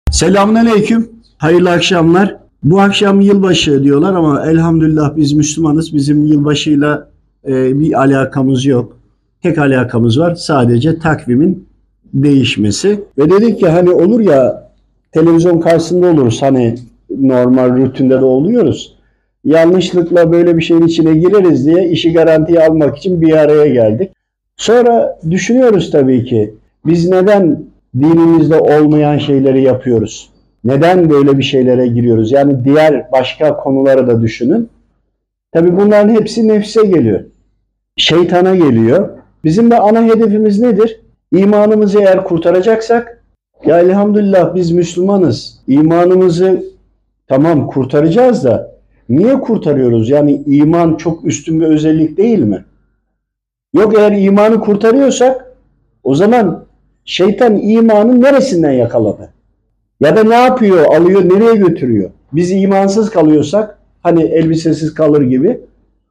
Selamünaleyküm. Hayırlı akşamlar. Bu akşam yılbaşı diyorlar ama elhamdülillah biz Müslümanız. Bizim yılbaşıyla bir alakamız yok. Tek alakamız var. Sadece takvimin değişmesi. Ve dedik ki hani olur ya televizyon karşısında oluruz. Hani normal rutinde de oluyoruz. Yanlışlıkla böyle bir şeyin içine gireriz diye işi garantiye almak için bir araya geldik. Sonra düşünüyoruz tabii ki biz neden dinimizde olmayan şeyleri yapıyoruz? Neden böyle bir şeylere giriyoruz? Yani diğer başka konuları da düşünün. Tabii bunların hepsi nefse geliyor. Şeytana geliyor. Bizim de ana hedefimiz nedir? İmanımızı eğer kurtaracaksak, ya elhamdülillah biz Müslümanız. İmanımızı tamam kurtaracağız da niye kurtarıyoruz? Yani iman çok üstün bir özellik değil mi? Yok eğer imanı kurtarıyorsak o zaman şeytan imanın neresinden yakaladı? Ya da ne yapıyor? Alıyor, nereye götürüyor? Biz imansız kalıyorsak, hani elbisesiz kalır gibi,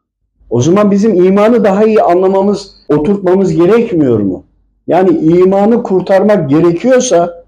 o zaman bizim imanı daha iyi anlamamız, oturtmamız gerekmiyor mu? Yani imanı kurtarmak gerekiyorsa,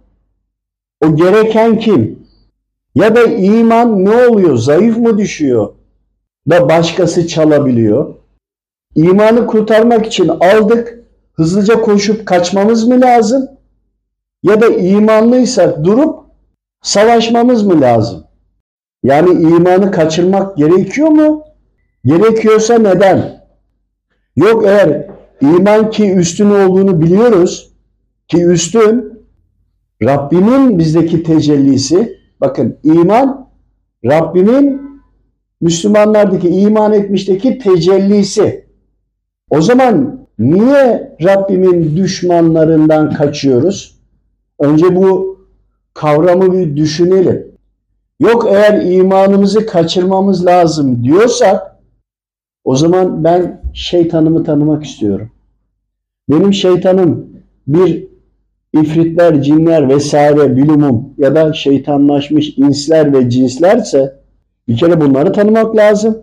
o gereken kim? Ya da iman ne oluyor? Zayıf mı düşüyor? Da başkası çalabiliyor. İmanı kurtarmak için aldık, hızlıca koşup kaçmamız mı lazım? Ya da imanlıysak durup savaşmamız mı lazım? Yani imanı kaçırmak gerekiyor mu? Gerekiyorsa neden? Yok eğer iman ki üstün olduğunu biliyoruz ki üstün Rabbimin bizdeki tecellisi, bakın iman Rabbimin Müslümanlardaki iman etmişteki tecellisi. O zaman niye Rabbimin düşmanlarından kaçıyoruz? Önce bu kavramı bir düşünelim. Yok eğer imanımızı kaçırmamız lazım diyorsak o zaman ben şeytanımı tanımak istiyorum. Benim şeytanım bir ifritler, cinler vesaire bilumum ya da şeytanlaşmış insler ve cinslerse bir kere bunları tanımak lazım.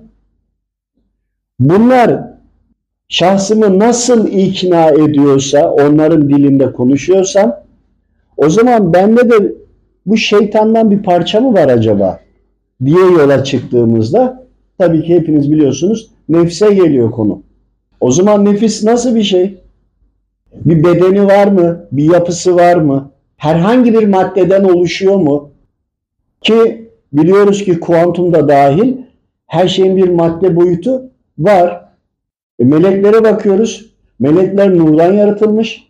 Bunlar şahsımı nasıl ikna ediyorsa, onların dilinde konuşuyorsam o zaman bende de bu şeytandan bir parça mı var acaba diye yola çıktığımızda tabii ki hepiniz biliyorsunuz nefse geliyor konu. O zaman nefis nasıl bir şey? Bir bedeni var mı? Bir yapısı var mı? Herhangi bir maddeden oluşuyor mu? Ki biliyoruz ki kuantum da dahil her şeyin bir madde boyutu var. Meleklere bakıyoruz. Melekler nurdan yaratılmış.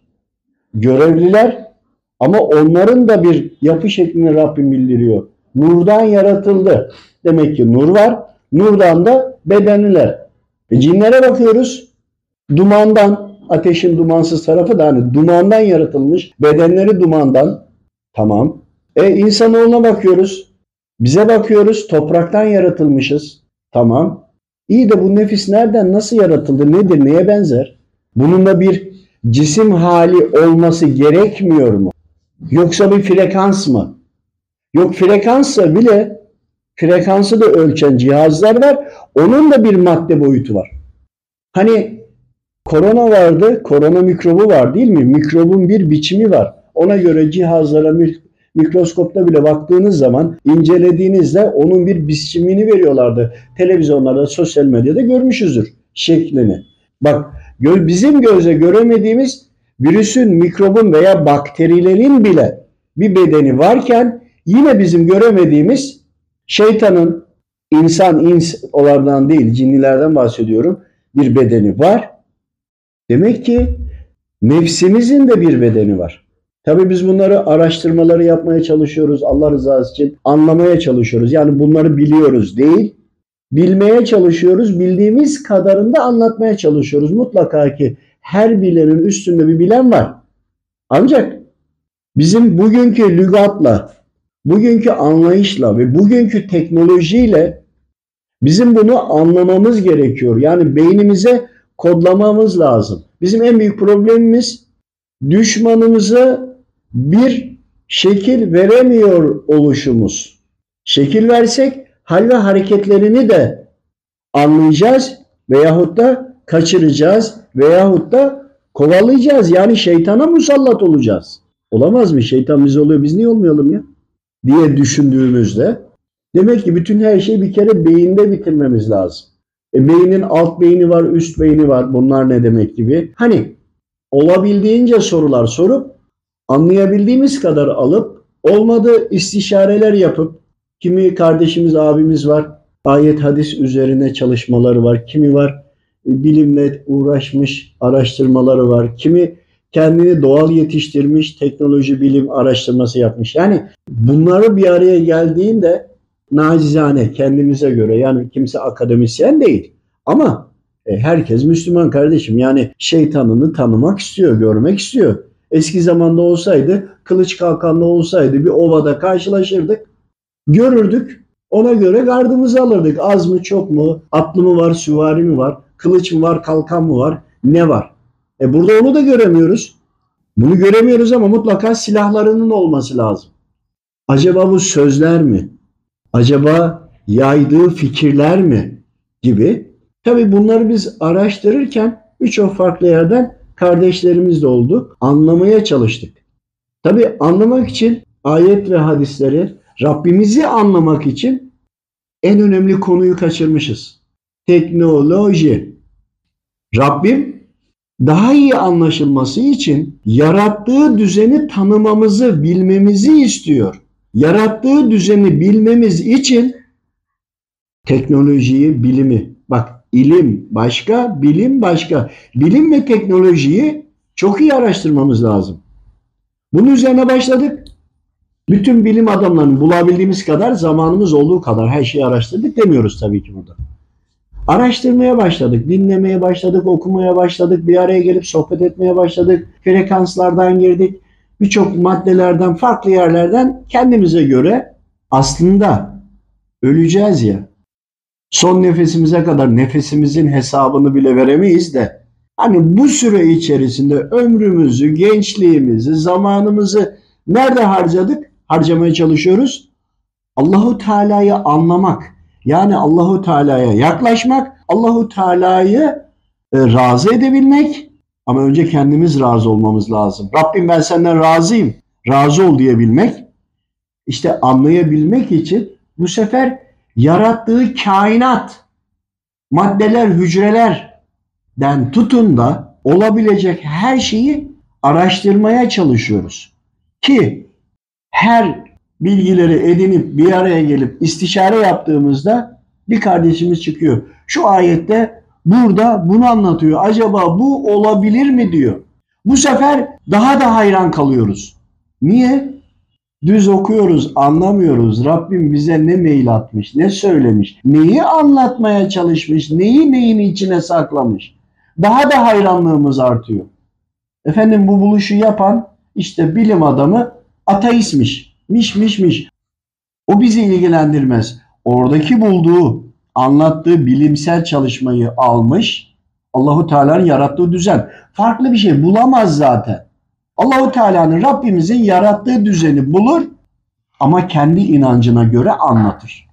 Görevliler ama onların da bir yapı şeklini Rabbim bildiriyor. Nurdan yaratıldı. Demek ki nur var. Nurdan da bedenliler. Cinlere bakıyoruz. Dumandan, ateşin dumansız tarafı da hani dumandan yaratılmış. Bedenleri dumandan. Tamam. İnsanoğluna bakıyoruz. Bize bakıyoruz. Topraktan yaratılmışız. Tamam. İyi de bu nefis nereden, nasıl yaratıldı, nedir, neye benzer? Bunun da bir cisim hali olması gerekmiyor mu? Yoksa bir frekans mı? Yok frekansa bile frekansı da ölçen cihazlar var. Onun da bir madde boyutu var. Hani korona vardı, korona mikrobu var değil mi? Mikrobun bir biçimi var. Ona göre cihazlara, mikroskopta bile baktığınız zaman, incelediğinizde onun bir biçimini veriyorlardı. Televizyonlarda, sosyal medyada görmüşüzdür şeklini. Bak, bizim gözle göremediğimiz virüsün, mikrobun veya bakterilerin bile bir bedeni varken yine bizim göremediğimiz şeytanın, ins olardan değil, cinlilerden bahsediyorum, bir bedeni var. Demek ki nefsimizin de bir bedeni var. Tabii biz bunları araştırmaları yapmaya çalışıyoruz. Allah rızası için anlamaya çalışıyoruz. Yani bunları biliyoruz değil, bilmeye çalışıyoruz. Bildiğimiz kadarını da anlatmaya çalışıyoruz. Mutlaka ki her bilenin üstünde bir bilen var. Ancak bizim bugünkü lügatla, bugünkü anlayışla ve bugünkü teknolojiyle bizim bunu anlamamız gerekiyor. Yani beynimize kodlamamız lazım. Bizim en büyük problemimiz düşmanımıza bir şekil veremiyor oluşumuz. Şekil versek hal ve hareketlerini de anlayacağız veyahut da kaçıracağız veyahut da kovalayacağız. Yani şeytana musallat olacağız. Olamaz mı? Şeytan biz oluyor. Biz niye olmayalım ya? diye düşündüğümüzde demek ki bütün her şeyi bir kere beyinde bitirmemiz lazım. Beynin alt beyni var, üst beyni var. Bunlar ne demek gibi. Hani olabildiğince sorular sorup anlayabildiğimiz kadar alıp olmadı istişareler yapıp kimi kardeşimiz, abimiz var. Ayet hadis üzerine çalışmaları var. Kimi var bilimle uğraşmış araştırmaları var. Kimi kendini doğal yetiştirmiş, teknoloji, bilim araştırması yapmış. Yani bunları bir araya geldiğinde nacizane kendimize göre, yani kimse akademisyen değil ama herkes Müslüman kardeşim. Yani şeytanını tanımak istiyor, görmek istiyor. Eski zamanda olsaydı, kılıç kalkanlı olsaydı bir ovada karşılaşırdık, görürdük. Ona göre gardımızı alırdık. Az mı çok mu, atlı mı var, süvari mi var, kılıç mı var, kalkan mı var, ne var? Burada onu da göremiyoruz. Bunu göremiyoruz ama mutlaka silahlarının olması lazım. Acaba bu sözler mi? Acaba yaydığı fikirler mi? Gibi. Tabii bunları biz araştırırken birçok farklı yerden kardeşlerimiz de oldu. Anlamaya çalıştık. Tabii anlamak için ayet ve hadisleri, Rabbimizi anlamak için en önemli konuyu kaçırmışız. Teknoloji. Rabbim daha iyi anlaşılması için yarattığı düzeni tanımamızı, bilmemizi istiyor. Yarattığı düzeni bilmemiz için teknolojiyi, bilimi, bak ilim başka, bilim başka. Bilim ve teknolojiyi çok iyi araştırmamız lazım. Bunun üzerine başladık. Bütün bilim adamlarını bulabildiğimiz kadar, zamanımız olduğu kadar her şeyi araştırdık demiyoruz tabii ki burada. Araştırmaya başladık, dinlemeye başladık, okumaya başladık, bir araya gelip sohbet etmeye başladık, frekanslardan girdik, birçok maddelerden, farklı yerlerden kendimize göre aslında öleceğiz ya, son nefesimize kadar nefesimizin hesabını bile veremeyiz de, hani bu süre içerisinde ömrümüzü, gençliğimizi, zamanımızı nerede harcadık? Harcamaya çalışıyoruz. Allahu Teala'yı anlamak, yani Allahu Teala'ya yaklaşmak, Allahu Teala'yı razı edebilmek, ama önce kendimiz razı olmamız lazım. Rabbim ben senden razıyım, razı ol diyebilmek. İşte anlayabilmek için bu sefer yarattığı kainat, maddeler, hücrelerden tutun da olabilecek her şeyi araştırmaya çalışıyoruz. Ki her bilgileri edinip bir araya gelip istişare yaptığımızda bir kardeşimiz çıkıyor. Şu ayette burada bunu anlatıyor. Acaba bu olabilir mi diyor. Bu sefer daha da hayran kalıyoruz. Niye? Düz okuyoruz, anlamıyoruz. Rabbim bize ne mail atmış, ne söylemiş, neyi anlatmaya çalışmış, neyi neyin içine saklamış. Daha da hayranlığımız artıyor. Efendim bu buluşu yapan işte bilim adamı ateistmiş. Miş. O bizi ilgilendirmez. Oradaki bulduğu, anlattığı bilimsel çalışmayı almış. Allahu Teala'nın yarattığı düzen. Farklı bir şey bulamaz zaten. Allahu Teala'nın, Rabbimizin yarattığı düzeni bulur ama kendi inancına göre anlatır.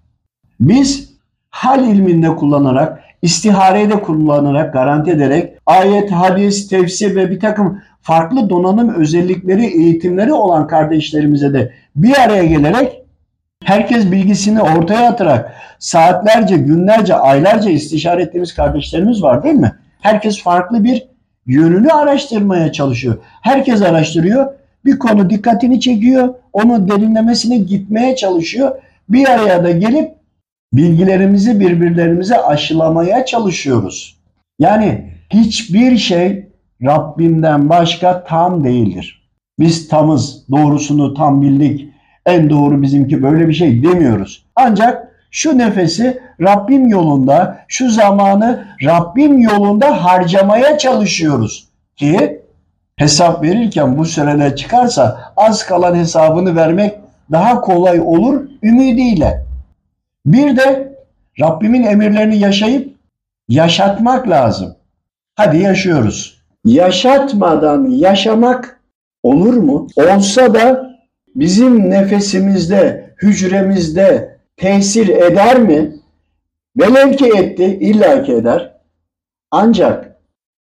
Biz hal ilminde kullanarak, istihareyi de kullanarak, garanti ederek ayet, hadis, tefsir ve bir takım farklı donanım özellikleri, eğitimleri olan kardeşlerimize de bir araya gelerek herkes bilgisini ortaya atarak saatlerce, günlerce, aylarca istişare ettiğimiz kardeşlerimiz var değil mi? Herkes farklı bir yönünü araştırmaya çalışıyor. Herkes araştırıyor. Bir konu dikkatini çekiyor. Onu derinlemesine gitmeye çalışıyor. Bir araya da gelip bilgilerimizi birbirlerimize aşılamaya çalışıyoruz. Yani hiçbir şey Rabbimden başka tam değildir. Biz tamız, doğrusunu tam bildik, en doğru bizimki böyle bir şey demiyoruz. Ancak şu nefesi Rabbim yolunda, şu zamanı Rabbim yolunda harcamaya çalışıyoruz ki hesap verirken bu süreler çıkarsa az kalan hesabını vermek daha kolay olur ümidiyle. Bir de Rabbimin emirlerini yaşayıp yaşatmak lazım. Hadi yaşıyoruz. Yaşatmadan yaşamak olur mu? Olsa da bizim nefesimizde, hücremizde tesir eder mi? Velev ki etti, illaki eder. Ancak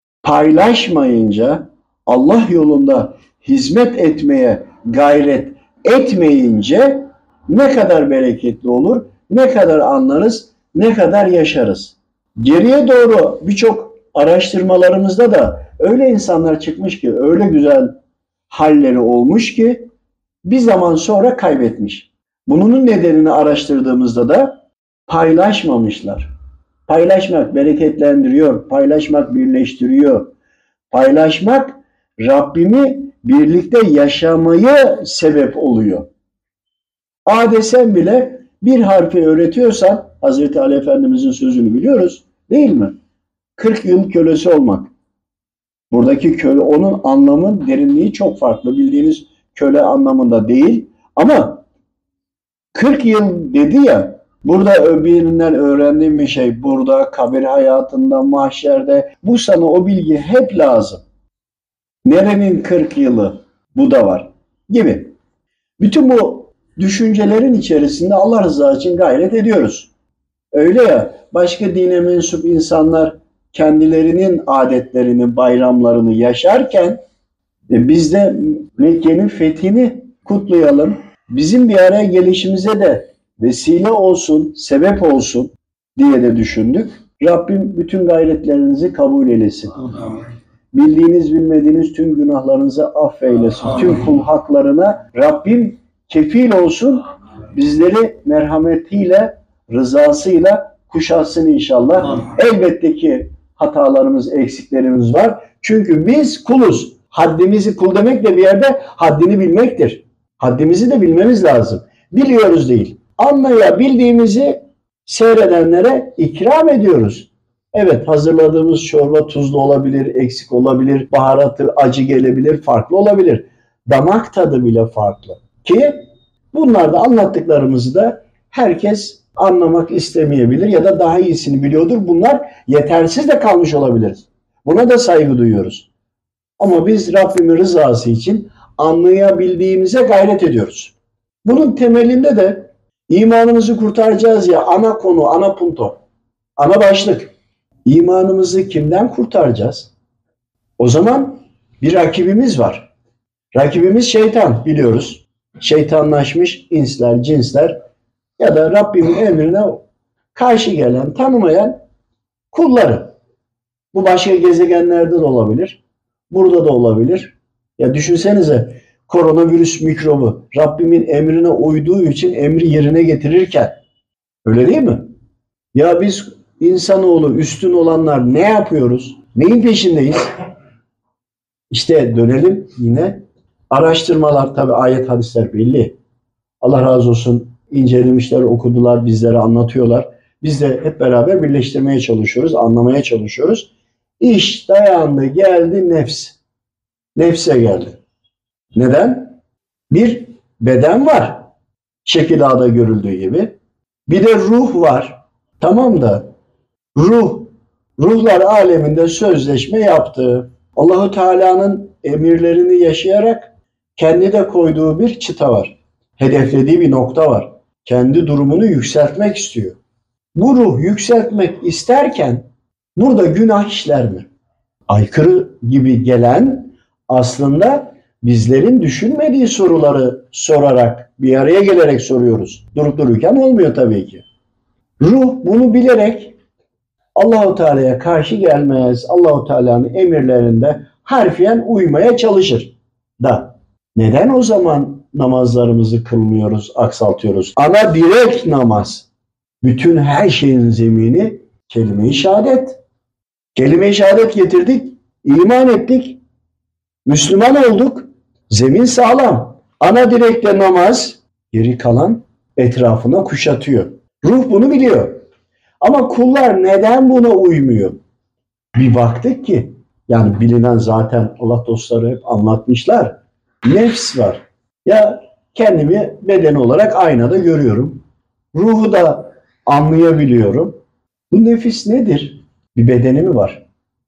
paylaşmayınca, Allah yolunda hizmet etmeye gayret etmeyince ne kadar bereketli olur, ne kadar anlarız, ne kadar yaşarız. Geriye doğru birçok araştırmalarımızda da öyle insanlar çıkmış ki, öyle güzel halleri olmuş ki bir zaman sonra kaybetmiş. Bunun nedenini araştırdığımızda da paylaşmamışlar. Paylaşmak bereketlendiriyor, paylaşmak birleştiriyor. Paylaşmak Rabbimi birlikte yaşamayı sebep oluyor. A desen bile bir harfi öğretiyorsan, Hazreti Ali Efendimizin sözünü biliyoruz değil mi? 40 yıl kölesi olmak. Buradaki köle, onun anlamı, derinliği çok farklı. Bildiğiniz köle anlamında değil. Ama 40 yıl dedi ya, burada birinden öğrendiğim bir şey, burada kabir hayatında, mahşerde, bu sana o bilgi hep lazım. Nerenin 40 yılı? Bu da var gibi. Bütün bu düşüncelerin içerisinde Allah rızası için gayret ediyoruz. Öyle ya, başka dine mensup insanlar kendilerinin adetlerini, bayramlarını yaşarken biz de Mekke'nin fethini kutlayalım. Bizim bir araya gelişimize de vesile olsun, sebep olsun diye de düşündük. Rabbim bütün gayretlerinizi kabul eylesin. Bildiğiniz bilmediğiniz tüm günahlarınızı affeylesin. Tüm kul haklarına Rabbim kefil olsun. Bizleri merhametiyle, rızasıyla kuşatsın inşallah. Elbette ki hatalarımız, eksiklerimiz var. Çünkü biz kuluz. Haddimizi, kul demek de bir yerde haddini bilmektir. Haddimizi de bilmemiz lazım. Biliyoruz değil. Anlayabildiğimizi seyredenlere ikram ediyoruz. Evet, hazırladığımız çorba tuzlu olabilir, eksik olabilir, baharatı acı gelebilir, farklı olabilir. Damak tadı bile farklı. Ki bunlar da, anlattıklarımızı da herkes anlamak istemeyebilir ya da daha iyisini biliyordur. Bunlar yetersiz de kalmış olabilir. Buna da saygı duyuyoruz. Ama biz Rabbimin rızası için anlayabildiğimize gayret ediyoruz. Bunun temelinde de imanımızı kurtaracağız ya, ana konu, ana punto, ana başlık. İmanımızı kimden kurtaracağız? O zaman bir rakibimiz var. Rakibimiz şeytan, biliyoruz. Şeytanlaşmış insler, cinsler ya da Rabbimin emrine karşı gelen, tanımayan kulları. Bu başka gezegenlerde de olabilir. Burada da olabilir. Ya düşünsenize, koronavirüs mikrobu Rabbimin emrine uyduğu için emri yerine getirirken, öyle değil mi? Ya biz insanoğlu, üstün olanlar ne yapıyoruz? Neyin peşindeyiz? İşte dönelim yine. Araştırmalar, tabi ayet hadisler belli. Allah razı olsun, incelemişler, okudular, bizlere anlatıyorlar. Biz de hep beraber birleştirmeye çalışıyoruz, anlamaya çalışıyoruz. İş dayandı, geldi nefs. Nefse geldi. Neden? Bir beden var. Şekil A'da görüldüğü gibi. Bir de ruh var. Tamam da ruhlar aleminde sözleşme yaptı. Allahu Teala'nın emirlerini yaşayarak kendi de koyduğu bir çıta var. Hedeflediği bir nokta var. Kendi durumunu yükseltmek istiyor. Bu ruh yükseltmek isterken burada günah işler mi? Aykırı gibi gelen, aslında bizlerin düşünmediği soruları sorarak, bir araya gelerek soruyoruz. Durup dururken olmuyor tabii ki. Ruh bunu bilerek Allahu Teala'ya karşı gelmez. Allahu Teala'nın emirlerinde harfiyen uymaya çalışır. Da neden o zaman namazlarımızı kılmıyoruz, aksaltıyoruz? Ana direkt namaz. Bütün her şeyin zemini kelime-i şehadet. Kelime-i şehadet getirdik, iman ettik, Müslüman olduk. Zemin sağlam. Ana direkte namaz, geri kalan etrafına kuşatıyor. Ruh bunu biliyor. Ama kullar neden buna uymuyor? Bir baktık ki, yani bilinen, zaten Allah dostları hep anlatmışlar. Nefs var. Ya kendimi beden olarak aynada görüyorum. Ruhu da anlayabiliyorum. Bu nefis nedir? Bir bedeni mi var?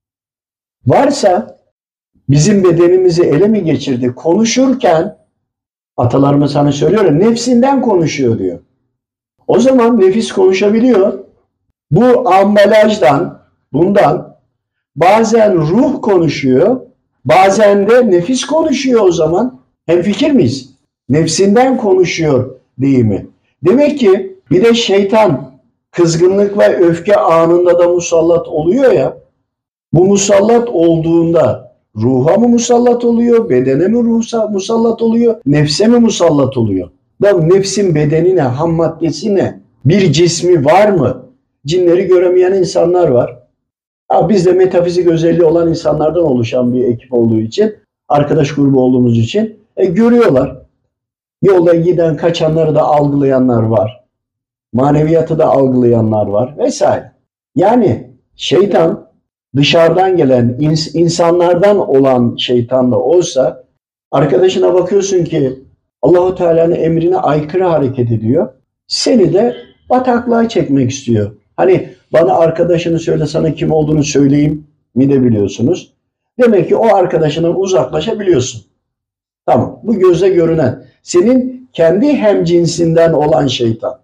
Varsa bizim bedenimizi ele mi geçirdi? Konuşurken atalarımız hani söylüyor ya, nefsinden konuşuyor diyor. O zaman nefis konuşabiliyor. Bu ambalajdan, bundan bazen ruh konuşuyor, bazen de nefis konuşuyor o zaman. Hemfikir miyiz? Nefsinden konuşuyor deyimi. Demek ki bir de şeytan kızgınlık ve öfke anında da musallat oluyor ya. Bu musallat olduğunda ruha mı musallat oluyor, bedene mi musallat oluyor, nefse mi musallat oluyor? Da nefsin bedenine, ham maddesine bir cismi var mı? Cinleri göremeyen insanlar var. Biz de metafizik özelliği olan insanlardan oluşan bir ekip olduğu için, arkadaş grubu olduğumuz için görüyorlar. Yolda giden, kaçanları da algılayanlar var. Maneviyatı da algılayanlar var vesaire. Yani şeytan dışarıdan gelen, insanlardan olan şeytan da olsa arkadaşına bakıyorsun ki Allahu Teala'nın emrine aykırı hareket ediyor. Seni de bataklığa çekmek istiyor. Hani bana arkadaşını söyle, sana kim olduğunu söyleyeyim mi de biliyorsunuz. Demek ki o arkadaşından uzaklaşabiliyorsun. Tamam, bu göze görünen. Senin kendi hemcinsinden olan şeytan.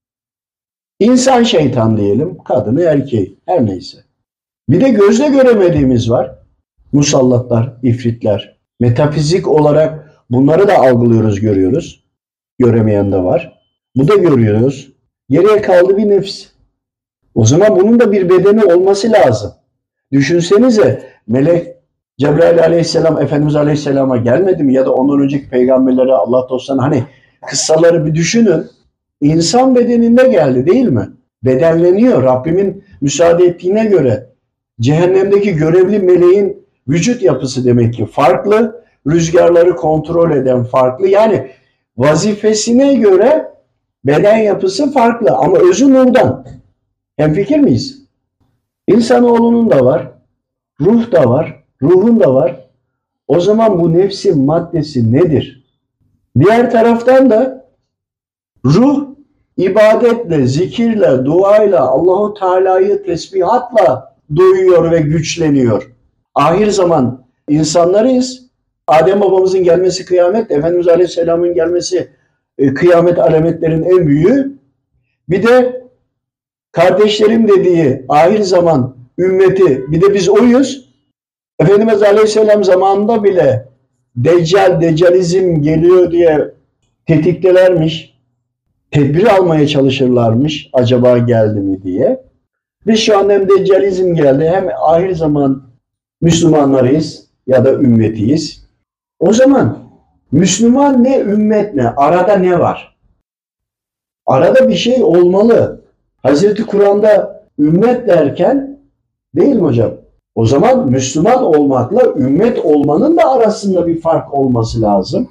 İnsan şeytan diyelim, kadını erkeği, her neyse. Bir de gözle göremediğimiz var. Musallatlar, ifritler. Metafizik olarak bunları da algılıyoruz, görüyoruz. Göremeyen de var. Bu da görüyoruz. Geriye kaldı bir nefs. O zaman bunun da bir bedeni olması lazım. Düşünsenize, melek Cebrail aleyhisselam Efendimiz aleyhisselama gelmedi mi? Ya da ondan önceki peygamberlere, Allah dostlarına, hani kıssaları bir düşünün. İnsan bedeninde geldi değil mi? Bedenleniyor. Rabbimin müsaade ettiğine göre cehennemdeki görevli meleğin vücut yapısı demek ki farklı. Rüzgarları kontrol eden farklı. Yani vazifesine göre beden yapısı farklı ama özü nurdan. Hemfikir miyiz? İnsanoğlunun da var, ruh da var, ruhun da var. O zaman bu nefsin maddesi nedir? Diğer taraftan da ruh ibadetle, zikirle, duayla, Allahu Teala'yı tesbihatla doyuyor ve güçleniyor. Ahir zaman insanlarıyız. Adem babamızın gelmesi kıyamet, Efendimiz Aleyhisselam'ın gelmesi kıyamet alametlerin en büyüğü. Bir de kardeşlerim dediği ahir zaman ümmeti, bir de biz oyuz. Efendimiz Aleyhisselam zamanında bile Deccalizm geliyor diye tetiktelermiş. Tedbir almaya çalışırlarmış acaba geldi mi diye. Biz şu an hem Deccalizm geldi hem ahir zaman Müslümanlarıyız ya da ümmetiyiz. O zaman Müslüman ne, ümmet ne? Arada ne var? Arada bir şey olmalı. Hazreti Kur'an'da ümmet derken değil mi hocam? O zaman Müslüman olmakla ümmet olmanın da arasında bir fark olması lazım.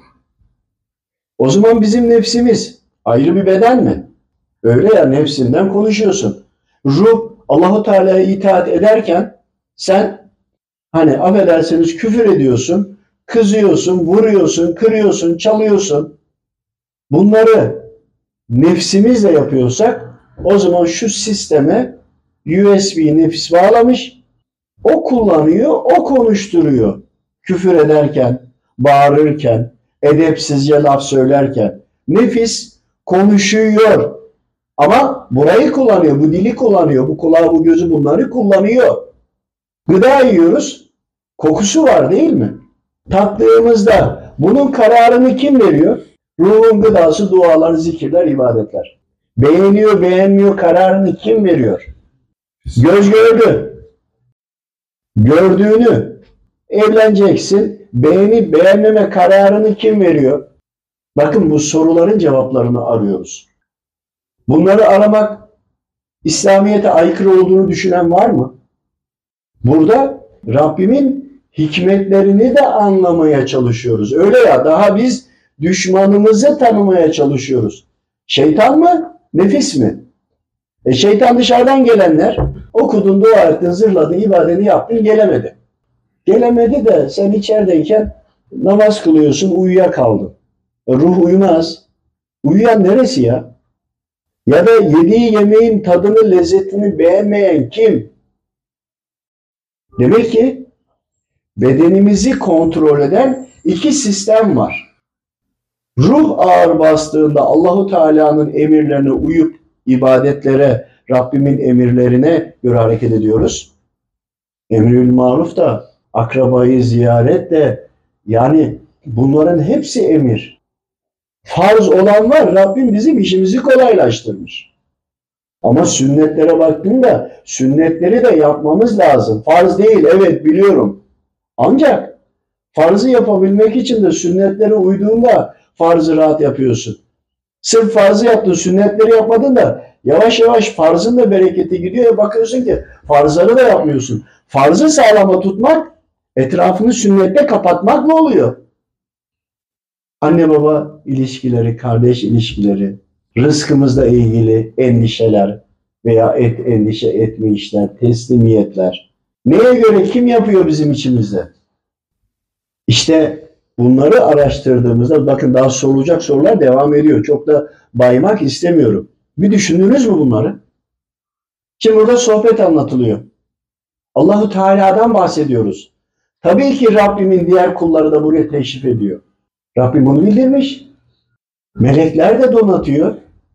O zaman bizim nefsimiz ayrı bir beden mi? Öyle ya, nefsinden konuşuyorsun. Ruh Allahu Teala'ya itaat ederken sen hani affedersiniz küfür ediyorsun, kızıyorsun, vuruyorsun, kırıyorsun, çalıyorsun. Bunları nefsimizle yapıyorsak o zaman şu sisteme USB nefis bağlamış, o kullanıyor, o konuşturuyor. Küfür ederken, bağırırken, edepsizce laf söylerken nefis konuşuyor. Ama burayı kullanıyor, bu dili kullanıyor, bu kulağı, bu gözü, bunları kullanıyor. Gıda yiyoruz, kokusu var değil mi? Tattığımızda bunun kararını kim veriyor? Ruhun gıdası dualar, zikirler, ibadetler. Beğeniyor, beğenmiyor kararını kim veriyor? Göz gördü. Gördüğünü evleneceksin. Beğenip beğenmeme kararını kim veriyor? Bakın bu soruların cevaplarını arıyoruz. Bunları aramak İslamiyet'e aykırı olduğunu düşünen var mı? Burada Rabbimin hikmetlerini de anlamaya çalışıyoruz. Öyle ya, daha biz düşmanımızı tanımaya çalışıyoruz. Şeytan mı? Nefis mi? Şeytan dışarıdan gelenler, okudun, dua ettin, zırladın, ibadeni yaptın, gelemedi. Gelemedi de sen içerideyken namaz kılıyorsun, uyuyakaldın. Ruh uyumaz. Uyuyan neresi ya? Ya da yediği yemeğin tadını, lezzetini beğenmeyen kim? Demek ki bedenimizi kontrol eden iki sistem var. Ruh ağır bastığında Allahu Teala'nın emirlerine uyup ibadetlere, Rabbimin emirlerine göre hareket ediyoruz. Emrül maruf da, akrabayı ziyaret de, yani bunların hepsi emir. Farz olan var. Rabbim bizim işimizi kolaylaştırmış. Ama sünnetlere baktığında sünnetleri de yapmamız lazım. Farz değil, evet biliyorum. Ancak farzı yapabilmek için de sünnetlere uyduğunda farzı rahat yapıyorsun. Sırf farzı yaptın, sünnetleri yapmadın da yavaş yavaş farzın da bereketi gidiyor. Bakıyorsun ki farzları da yapmıyorsun. Farzı sağlama tutmak, etrafını sünnette kapatmakla oluyor. Anne baba ilişkileri, kardeş ilişkileri, rızkımızla ilgili endişeler veya endişe etme işler, teslimiyetler. Neye göre kim yapıyor bizim içimizde? İşte bunları araştırdığımızda bakın daha sorulacak sorular devam ediyor. Çok da baymak istemiyorum. Bir düşündünüz mü bunları? Şimdi burada sohbet anlatılıyor. Allahu Teala'dan bahsediyoruz. Tabii ki Rabbimin diğer kulları da buraya teşrif ediyor. Rabbim bunu bildirmiş. Melekler de donatıyor.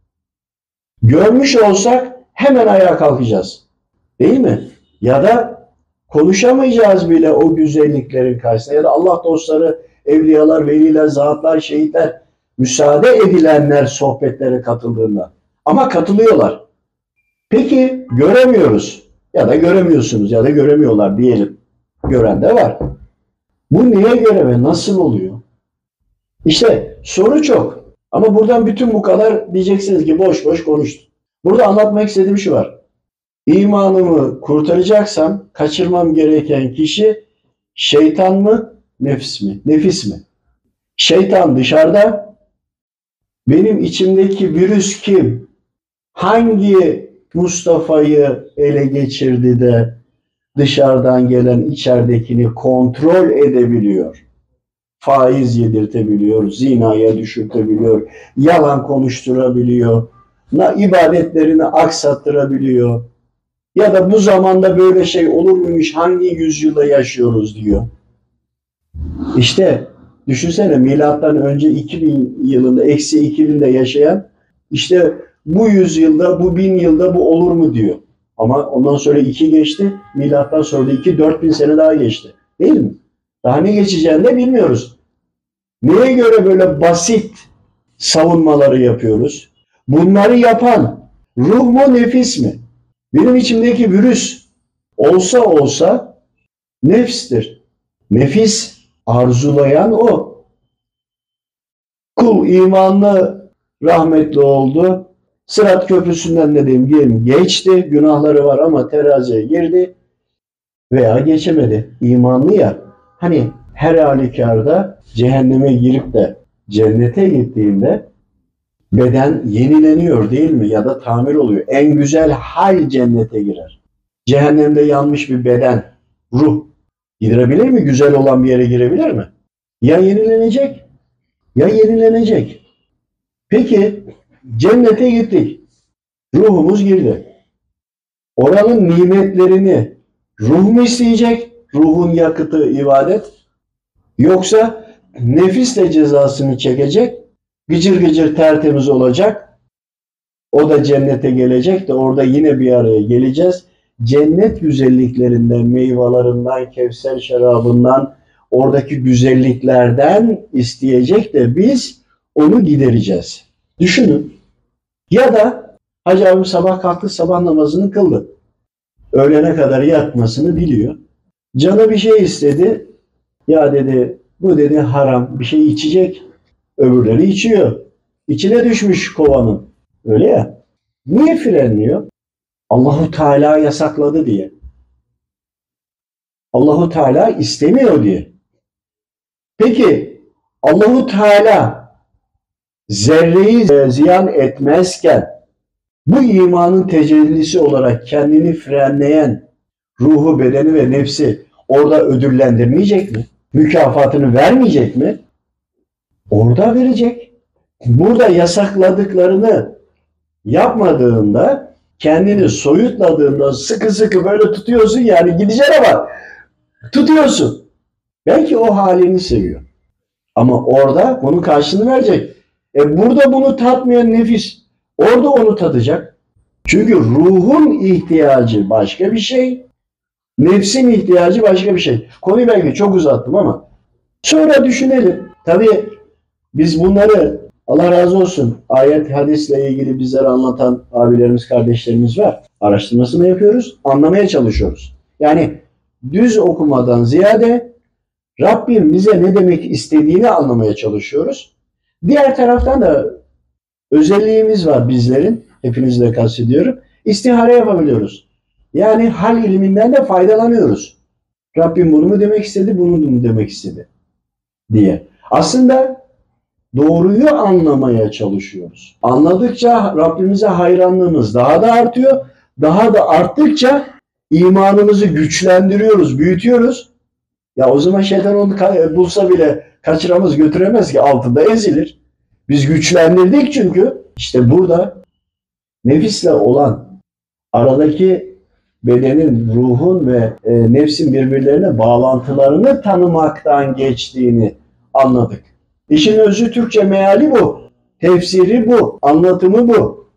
Görmüş olsak hemen ayağa kalkacağız. Değil mi? Ya da konuşamayacağız bile o güzelliklerin karşısında. Ya da Allah dostları, evliyalar, veliler, zatlar, şehitler, müsaade edilenler sohbetlere katıldığında. Ama katılıyorlar. Peki göremiyoruz. Ya da göremiyorsunuz ya da göremiyorlar diyelim. Gören de var. Bu neye göre ve nasıl oluyor? İşte soru çok. Ama buradan bütün bu kadar diyeceksiniz ki boş boş konuştum. Burada anlatmak istediğim şu var. İmanımı kurtaracaksam kaçırmam gereken kişi şeytan mı, nefis mi? Nefis mi? Şeytan dışarıda. Benim içimdeki virüs kim? Hangi Mustafa'yı ele geçirdi de dışarıdan gelen içeridekini kontrol edebiliyor? Faiz yedirtebiliyor, zinaya düşürtebiliyor, yalan konuşturabiliyor, ibadetlerini aksattırabiliyor. Ya da bu zamanda böyle şey olur muymuş, hangi yüzyılda yaşıyoruz diyor. İşte düşünsene milattan önce 2000 yılında, eksi 2000'de yaşayan, işte bu yüzyılda, bu 1000 yılda bu olur mu diyor. Ama ondan sonra 2 geçti, milattan sonra da 4000 sene daha geçti. Değil mi? Daha ne geçeceğini de bilmiyoruz. Neye göre böyle basit savunmaları yapıyoruz? Bunları yapan ruh mu, nefis mi? Benim içimdeki virüs olsa nefstir. Nefis arzulayan o. Kul imanlı, rahmetli oldu. Sırat köprüsünden diyelim geçti. Günahları var ama teraziye girdi veya geçemedi. İmanlı ya. Hani her halükarda cehenneme girip de cennete gittiğinde beden yenileniyor değil mi? Ya da tamir oluyor. En güzel hal cennete girer. Cehennemde yanmış bir beden, ruh girebilir mi? Güzel olan bir yere girebilir mi? Ya yenilenecek ya yenilenecek. Peki cennete gittik. Ruhumuz girdi. Oranın nimetlerini ruh mu isteyecek? Ruhun yakıtı ibadet. Yoksa nefis de cezasını çekecek. Gıcır gıcır tertemiz olacak. O da cennete gelecek de orada yine bir araya geleceğiz. Cennet güzelliklerinden, meyvelerinden, Kevser şarabından, oradaki güzelliklerden isteyecek de biz onu gidereceğiz. Düşünün. Ya da Hacı abim sabah kalktı, sabah namazını kıldı. Öğlene kadar yatmasını biliyor. Canı bir şey istedi. Ya dedi, bu dedi haram, bir şey içecek. Öbürleri içiyor. İçine düşmüş kovanın. Öyle ya. Niye frenliyor? Allahu Teala yasakladı diye. Allahu Teala istemiyor diye. Peki Allahu Teala zerreyi ziyan etmezken bu imanın tecellisi olarak kendini frenleyen ruhu, bedeni ve nefsi orada ödüllendirmeyecek mi? Mükafatını vermeyecek mi? Orada verecek. Burada yasakladıklarını yapmadığında, kendini soyutladığında sıkı sıkı böyle tutuyorsun, yani gideceksin ama tutuyorsun. Belki o halini seviyor. Ama orada bunun karşılığını verecek. Burada bunu tatmayan nefis orada onu tadacak. Çünkü ruhun ihtiyacı başka bir şey, nefsin ihtiyacı başka bir şey. Konuyu belki çok uzattım ama sonra düşünelim. Tabii biz bunları Allah razı olsun. Ayet, hadisle ilgili bizlere anlatan abilerimiz, kardeşlerimiz var. Araştırmasını yapıyoruz, anlamaya çalışıyoruz. Yani düz okumadan ziyade Rabbim bize ne demek istediğini anlamaya çalışıyoruz. Diğer taraftan da özelliğimiz var bizlerin, hepinizi de kastediyorum. İstihare yapabiliyoruz. Yani hal ilminden de faydalanıyoruz. Rabbim bunu mu demek istedi, bunu mu demek istedi diye. Aslında doğruyu anlamaya çalışıyoruz. Anladıkça Rabbimize hayranlığımız daha da artıyor. Daha da arttıkça imanımızı güçlendiriyoruz, büyütüyoruz. Ya o zaman şeytan onu bulsa bile kaçıramaz, götüremez ki, altında ezilir. Biz güçlendirdik çünkü. İşte burada nefisle olan aradaki bedenin, ruhun ve nefsin birbirlerine bağlantılarını tanımaktan geçtiğini anladık. İşin özü, Türkçe meali bu. Tefsiri bu. Anlatımı bu.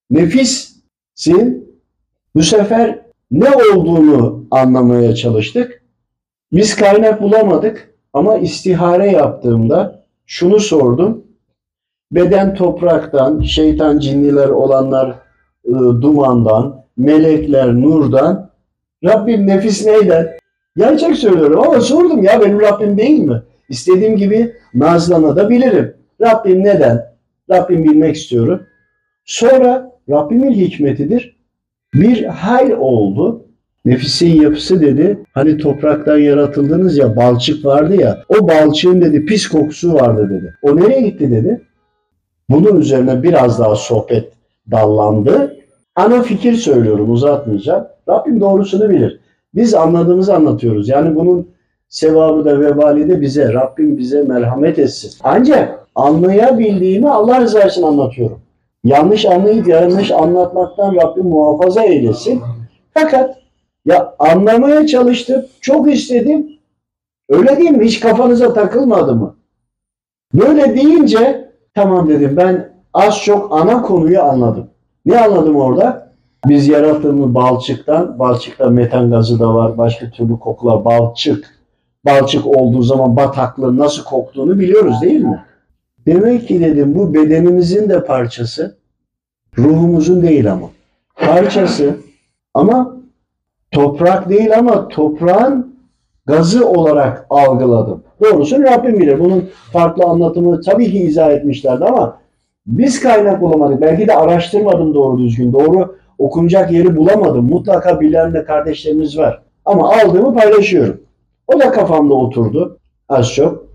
Nefisin bu sefer ne olduğunu anlamaya çalıştık. Biz kaynak bulamadık ama istihare yaptığımda şunu sordum. Beden topraktan, şeytan cinniler olanlar dumandan, melekler nurdan. Rabbim nefis neyden? Gerçek söylüyorum ama sordum ya, benim Rabbim değil mi? İstediğim gibi nazlanabilirim. Rabbim neden? Rabbim bilmek istiyorum. Sonra Rabbimin hikmetidir. Bir hal oldu. Nefisin yapısı dedi. Hani topraktan yaratıldınız ya, balçık vardı ya. O balçığın dedi pis kokusu vardı dedi. O nereye gitti dedi. Bunun üzerine biraz daha sohbet dallandı. Ana fikir söylüyorum, uzatmayacağım. Rabbim doğrusunu bilir. Biz anladığımızı anlatıyoruz. Yani bunun sevabı da vebali de bize. Rabbim bize merhamet etsin. Ancak anlayabildiğimi Allah rızası için anlatıyorum. Yanlış anlayıp yanlış anlatmaktan Rabbim muhafaza eylesin. Fakat ya anlamaya çalıştım, çok istedim. Öyle değil mi? Hiç kafanıza takılmadı mı? Böyle deyince tamam dedim, ben az çok ana konuyu anladım. Ne anladım orada? Biz yarattığımız balçıktan, balçıkta metan gazı da var, başka türlü kokular, balçık. Balçık olduğu zaman bataklığın nasıl koktuğunu biliyoruz değil mi? Demek ki dedim bu bedenimizin de parçası, ruhumuzun değil ama. Parçası ama toprak değil, ama toprağın gazı olarak algıladım. Doğrusunu Rabbim bilir. Bunun farklı anlatımını tabii ki izah etmişlerdi ama biz kaynak bulamadık. Belki de araştırmadım doğru düzgün. Doğru okunacak yeri bulamadım. Mutlaka bilen de kardeşlerimiz var. Ama aldığımı paylaşıyorum. O da kafamda oturdu az çok.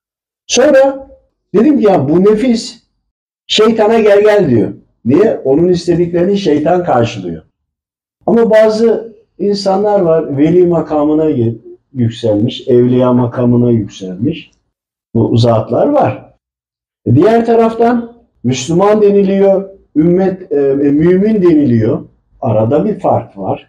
Sonra dedim ki ya bu nefis şeytana gel gel diyor. Niye? Onun istediklerini şeytan karşılıyor. Ama bazı insanlar var, veli makamına yükselmiş, evliya makamına yükselmiş. Bu zatlar var. Diğer taraftan Müslüman deniliyor, mümin deniliyor. Arada bir fark var.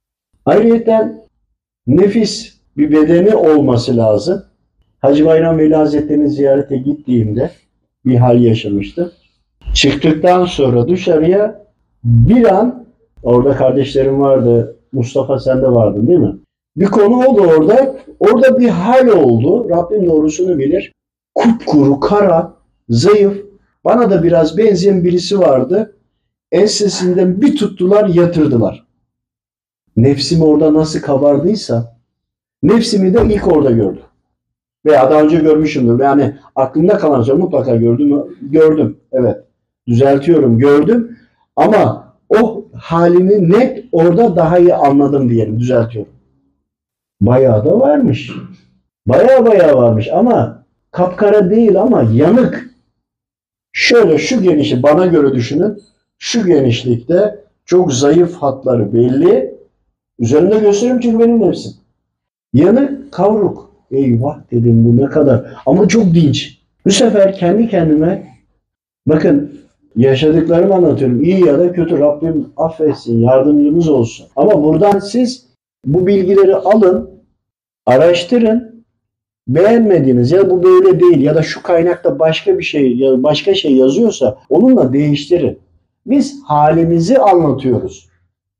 Ayrıca nefis bir bedeni olması lazım. Hacı Bayram Veli Hazretleri'ni ziyarete gittiğimde bir hal yaşamıştım. Çıktıktan sonra dışarıya bir an, orada kardeşlerim vardı, Mustafa sen de vardın değil mi? Bir konu oldu orada. Orada bir hal oldu. Rabbim doğrusunu bilir. Kupkuru, kara, zayıf. Bana da biraz benzeyen birisi vardı. Ensesinden bir tuttular, yatırdılar. Nefsim orada nasıl kabardıysa, nefsimi de ilk orada gördüm. Veya daha önce görmüşümdür. Yani aklımda kalan şey mutlaka gördüm. Gördüm. Evet. Düzeltiyorum. Gördüm. Ama o halini net orada daha iyi anladım diyelim. Düzeltiyorum. Bayağı da varmış. Bayağı varmış ama kapkara değil ama yanık. Şöyle şu genişi bana göre düşünün. Şu genişlikte çok zayıf hatları belli. Üzerinde gösteriyorum çünkü benim nefsim. Yanık, kavruk. Eyvah dedim, bu ne kadar. Ama çok dinç. Bu sefer kendi kendime bakın yaşadıklarımı anlatıyorum. İyi ya da kötü, Rabbim affetsin, yardımcımız olsun. Ama buradan siz bu bilgileri alın, araştırın. Beğenmediğiniz ya bu böyle değil ya da şu kaynakta başka bir şey ya başka şey yazıyorsa onunla değiştirin. Biz halimizi anlatıyoruz.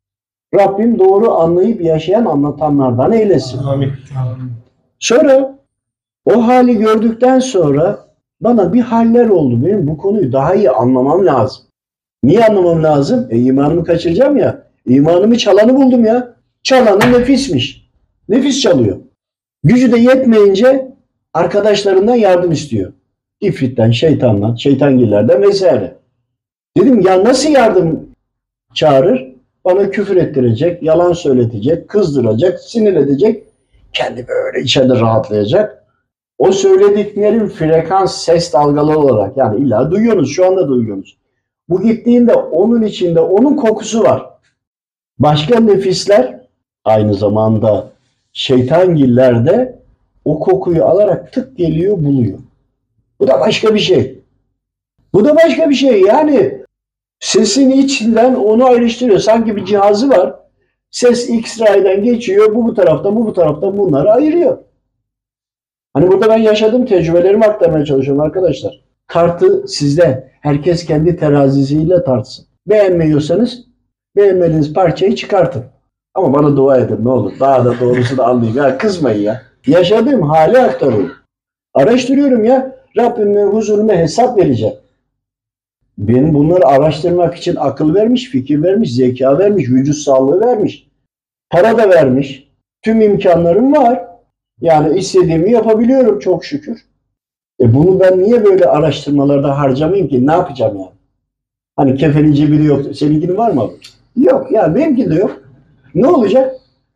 Rabbim doğru anlayıp yaşayan anlatanlardan eylesin. Amin. Sonra o hali gördükten sonra Bana bir haller oldu. Benim bu konuyu daha iyi anlamam lazım. Niye anlamam lazım? İmanımı kaçıracağım ya. İmanımı çalanı buldum ya. Çalanı nefismiş. Nefis çalıyor. Gücü de yetmeyince arkadaşlarından yardım istiyor. İfritten, şeytandan, şeytangillerden vesaire. Dedim ya nasıl yardım çağırır? Bana küfür ettirecek, yalan söyletecek, kızdıracak, sinir edecek. Kendi böyle içeride rahatlayacak. O söylediklerin frekans, ses dalgaları olarak yani illa duyuyorsunuz, şu anda duyuyorsunuz. Bu gittiğinde onun içinde onun kokusu var. Başka nefisler aynı zamanda şeytangiller de o kokuyu alarak tık geliyor buluyor. Bu da başka bir şey. Bu da başka bir şey. Yani sesin içinden onu ayrıştırıyor. Sanki bir cihazı var. Ses X-ray'den geçiyor. Bu taraftan, bu taraftan bunları ayırıyor. Hani burada ben yaşadığım tecrübelerimi aktarmaya çalışıyorum arkadaşlar. Tartı sizde. Herkes kendi terazisiyle tartsın. Beğenmiyorsanız beğenmediğiniz parçayı çıkartın. Ama bana dua edin ne olur. Daha da doğrusu da anlayayım. Ya kızmayın ya. Yaşadığım hali aktarıyorum. Araştırıyorum ya. Rabbimin huzuruna hesap vereceğim. Benim bunları araştırmak için akıl vermiş, fikir vermiş, zeka vermiş, vücut sağlığı vermiş. Para da vermiş. Tüm imkanlarım var. Yani istediğimi yapabiliyorum çok şükür. Bunu ben niye böyle araştırmalarda harcamayayım ki? Ne yapacağım yani? Hani kefenin cebini yok. Seninkinin var mı abi? Yok. Yani benimki de yok. Ne olacak?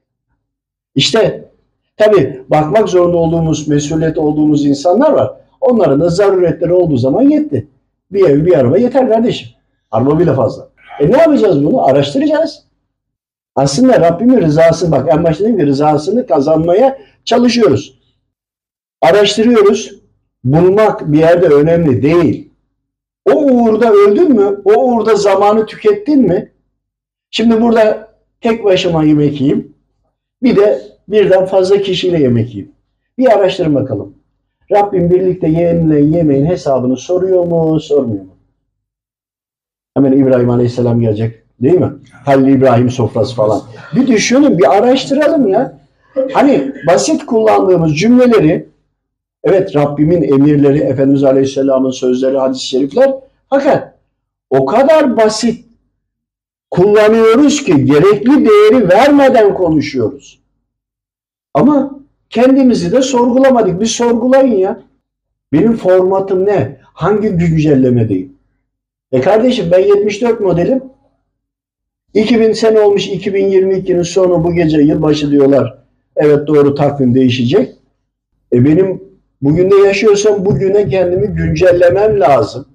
İşte tabii bakmak zorunda olduğumuz, mesuliyet olduğumuz insanlar var. Onların da zaruretleri olduğu zaman yetti. Bir ev, bir araba yeter kardeşim. Araba bile fazla. Ne yapacağız bunu? Araştıracağız. Aslında Rabbimin rızasını, bak en başta dedim ki rızasını kazanmaya çalışıyoruz. Araştırıyoruz. Bulmak bir yerde önemli değil. O uğurda öldün mü? O uğurda zamanı tükettin mi? Şimdi burada tek başıma yemek yiyeyim. Bir de birden fazla kişiyle yemek yiyeyim. Bir araştırın bakalım. Rabbim birlikte yenilen yemeğin hesabını soruyor mu, sormuyor mu? Hemen İbrahim Aleyhisselam gelecek. Değil mi? Halil İbrahim sofrası falan. Bir düşünün, bir araştıralım ya. Hani basit kullandığımız cümleleri, evet Rabbimin emirleri, Efendimiz Aleyhisselam'ın sözleri, hadis-i şerifler, fakat o kadar basit kullanıyoruz ki gerekli değeri vermeden konuşuyoruz. Ama kendimizi de sorgulamadık. Bir sorgulayın ya. Benim formatım ne? Hangi güncellemedeyim? Kardeşim ben 74 modelim. 2000 sene olmuş 2022'nin sonu bu gece yılbaşı diyorlar. Evet doğru takvim değişecek. Benim bugün de yaşıyorsam bugüne kendimi güncellemem lazım.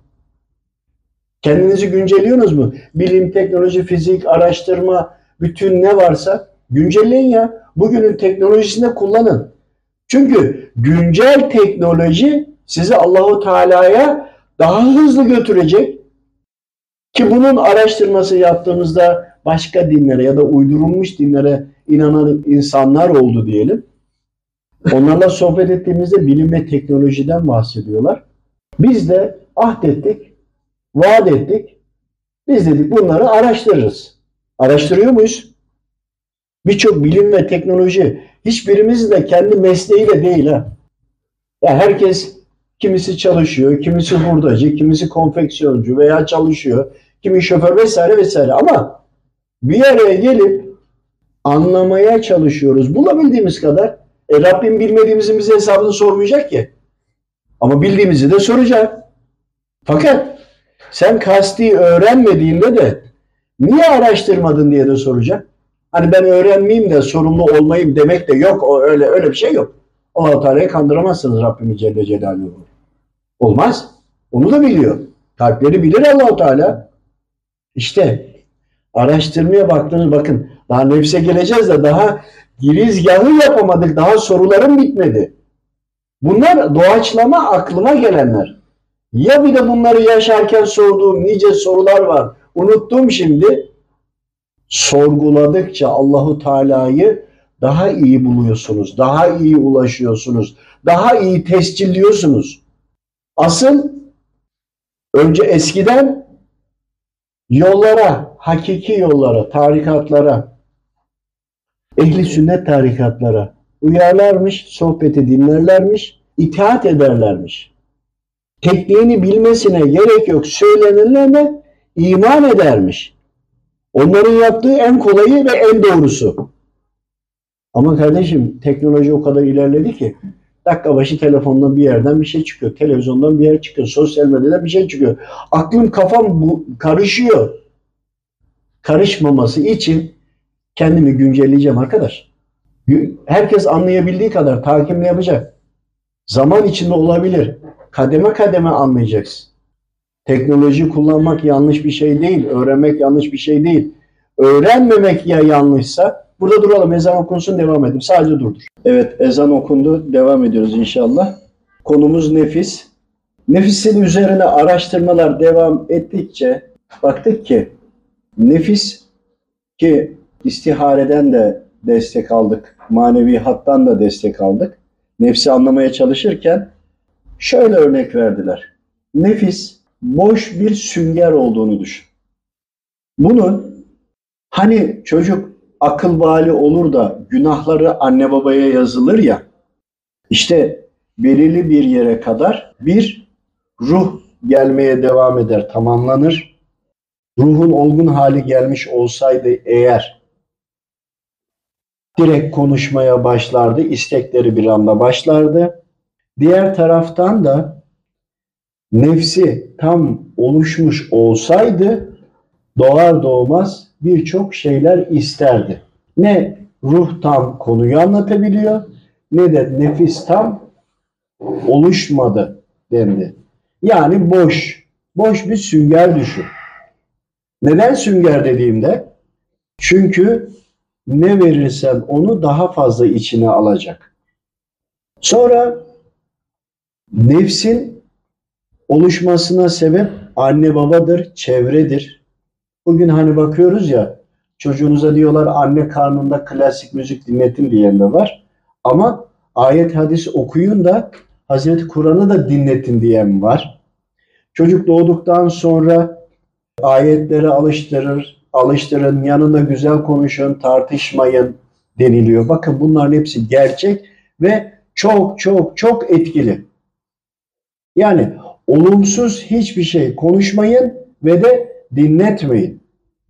Kendinizi güncelliyorsunuz mu? Bilim, teknoloji, fizik, araştırma, bütün ne varsa güncelleyin ya. Bugünün teknolojisinde kullanın. Çünkü güncel teknoloji sizi Allahu Teala'ya daha hızlı götürecek. Ki bunun araştırması yaptığımızda başka dinlere ya da uydurulmuş dinlere inanan insanlar oldu diyelim. Onlarla sohbet ettiğimizde bilim ve teknolojiden bahsediyorlar. Biz de ahdettik, vaat ettik. Biz dedik bunları araştırırız. Araştırıyor muyuz? Birçok bilim ve teknoloji hiçbirimiz de kendi mesleğiyle değil ha. Ya herkes kimisi çalışıyor, kimisi hurdacı, kimisi konfeksiyoncu veya çalışıyor, kimi şoför vesaire vesaire ama bir araya gelip anlamaya çalışıyoruz. Bulabildiğimiz kadar. Rabbim bilmediğimizin bize hesabını sormayacak ki. Ama bildiğimizi de soracak. Fakat sen kasti öğrenmediğinde de niye araştırmadın diye de soracak. Hani ben öğrenmeyeyim de sorumlu olmayayım demek de yok. Öyle bir şey yok. Allah-u Teala'yı kandıramazsınız Rabbimi Celle Celaluhu. Olmaz. Onu da biliyor. Kalpleri bilir Allah-u Teala. İşte araştırmaya baktınız bakın daha nefse geleceğiz de daha girizgahı yapamadık. Daha sorularım bitmedi. Bunlar doğaçlama aklıma gelenler. Ya bir de bunları yaşarken sorduğum nice sorular var. Unuttum şimdi. Sorguladıkça Allahu Teala'yı daha iyi buluyorsunuz. Daha iyi ulaşıyorsunuz. Daha iyi tescilliyorsunuz. Asıl önce eskiden yollara, hakiki yollara, tarikatlara, ehli sünnet tarikatlara uyarlarmış, sohbeti dinlerlermiş, itaat ederlermiş. Tekniğini bilmesine gerek yok. Söylenenlerine iman edermiş. Onların yaptığı en kolayı ve en doğrusu. Ama kardeşim teknoloji o kadar ilerledi ki dakika başı telefondan bir yerden bir şey çıkıyor. Televizyondan bir yer çıkıyor. Sosyal medyadan bir şey çıkıyor. Aklım kafam karışıyor. Karışmaması için kendimi güncelleyeceğim arkadaş. Herkes anlayabildiği kadar takibini yapacak. Zaman içinde olabilir. Kademe kademe anlayacaksın. Teknoloji kullanmak yanlış bir şey değil. Öğrenmek yanlış bir şey değil. Öğrenmemek ya yanlışsa burada duralım. Ezan okunsun devam edelim. Sadece durdur. Evet ezan okundu. Devam ediyoruz inşallah. Konumuz nefis. Nefisin üzerine araştırmalar devam ettikçe baktık ki nefis ki istihareden de destek aldık. Manevi hattan da destek aldık. Nefsi anlamaya çalışırken şöyle örnek verdiler. Nefis boş bir sünger olduğunu düşün. Bunun hani çocuk akıl bali olur da günahları anne babaya yazılır ya, işte belirli bir yere kadar bir ruh gelmeye devam eder, tamamlanır. Ruhun olgun hali gelmiş olsaydı eğer direkt konuşmaya başlardı, istekleri bir anda başlardı. Diğer taraftan da nefsi tam oluşmuş olsaydı doğar doğmaz birçok şeyler isterdi. Ne ruh tam konuyu anlatabiliyor ne de nefis tam oluşmadı dendi. Yani boş, boş bir sünger düşün. Neden sünger dediğimde? Çünkü ne verirsen onu daha fazla içine alacak. Sonra nefsin oluşmasına sebep anne babadır, çevredir. Bugün hani bakıyoruz ya çocuğunuza diyorlar anne karnında klasik müzik dinletin diyen de var. Ama ayet hadis okuyun da Hazreti Kur'an'ı da dinletin diyen var. Çocuk doğduktan sonra ayetleri alıştırın, yanında güzel konuşun, tartışmayın deniliyor. Bakın bunların hepsi gerçek ve çok çok çok etkili. Yani olumsuz hiçbir şey konuşmayın ve de dinletmeyin.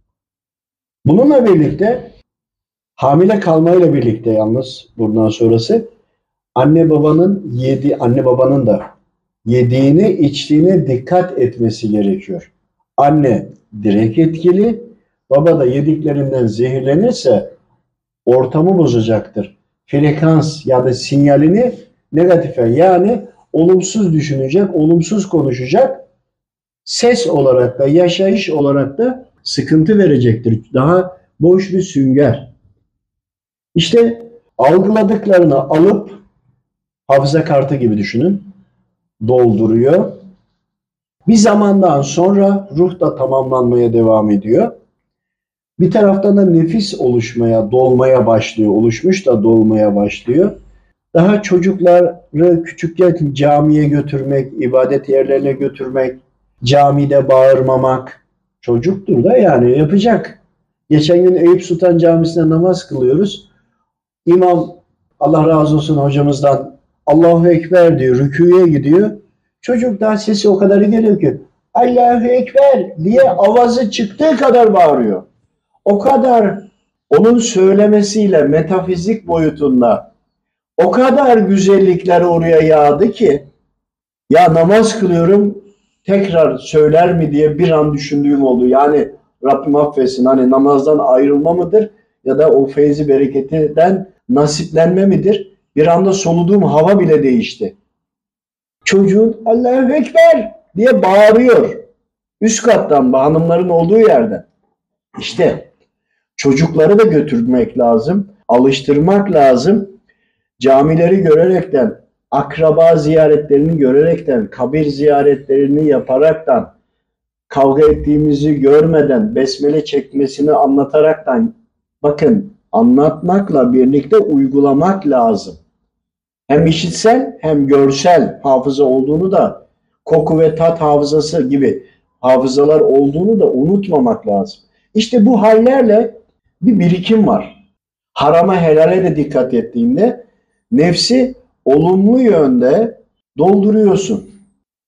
Bununla birlikte hamile kalmayla birlikte yalnız bundan sonrası anne babanın da yediğine içtiğine dikkat etmesi gerekiyor. Anne direkt etkili, baba da yediklerinden zehirlenirse ortamı bozacaktır. Frekans ya da sinyalini negatife yani olumsuz düşünecek, olumsuz konuşacak. Ses olarak da yaşayış olarak da sıkıntı verecektir. Daha boş bir sünger. İşte algıladıklarını alıp hafıza kartı gibi düşünün. Dolduruyor. Bir zamandan sonra ruh da tamamlanmaya devam ediyor. Bir taraftan da nefis oluşmaya, dolmaya başlıyor. Oluşmuş da dolmaya başlıyor. Daha çocukları küçükken camiye götürmek, ibadet yerlerine götürmek, camide bağırmamak. Çocuktur da yani yapacak. Geçen gün Eyüp Sultan Camisi'nde namaz kılıyoruz. İmam Allah razı olsun hocamızdan Allahu Ekber diyor, rükûya gidiyor. Çocuk daha sesi o kadar geliyor ki Allahu Ekber diye avazı çıktığı kadar bağırıyor. O kadar onun söylemesiyle metafizik boyutunda o kadar güzellikler oraya yağdı ki ya namaz kılıyorum tekrar söyler mi diye bir an düşündüğüm oldu. Yani Rabbim affetsin hani namazdan ayrılma mıdır ya da o feyzi bereketinden nasiplenme midir? Bir anda soluduğum hava bile değişti. Çocuğun Allahu Ekber diye bağırıyor. Üst kattan hanımların olduğu yerden. İşte çocukları da götürmek lazım, alıştırmak lazım. Camileri görerekten, akraba ziyaretlerini görerekten, kabir ziyaretlerini yaparaktan, kavga ettiğimizi görmeden, besmele çekmesini anlataraktan, bakın anlatmakla birlikte uygulamak lazım. Hem işitsel hem görsel hafıza olduğunu da, koku ve tat hafızası gibi hafızalar olduğunu da unutmamak lazım. İşte bu hallerle bir birikim var. Harama helale de dikkat ettiğinde nefsi olumlu yönde dolduruyorsun.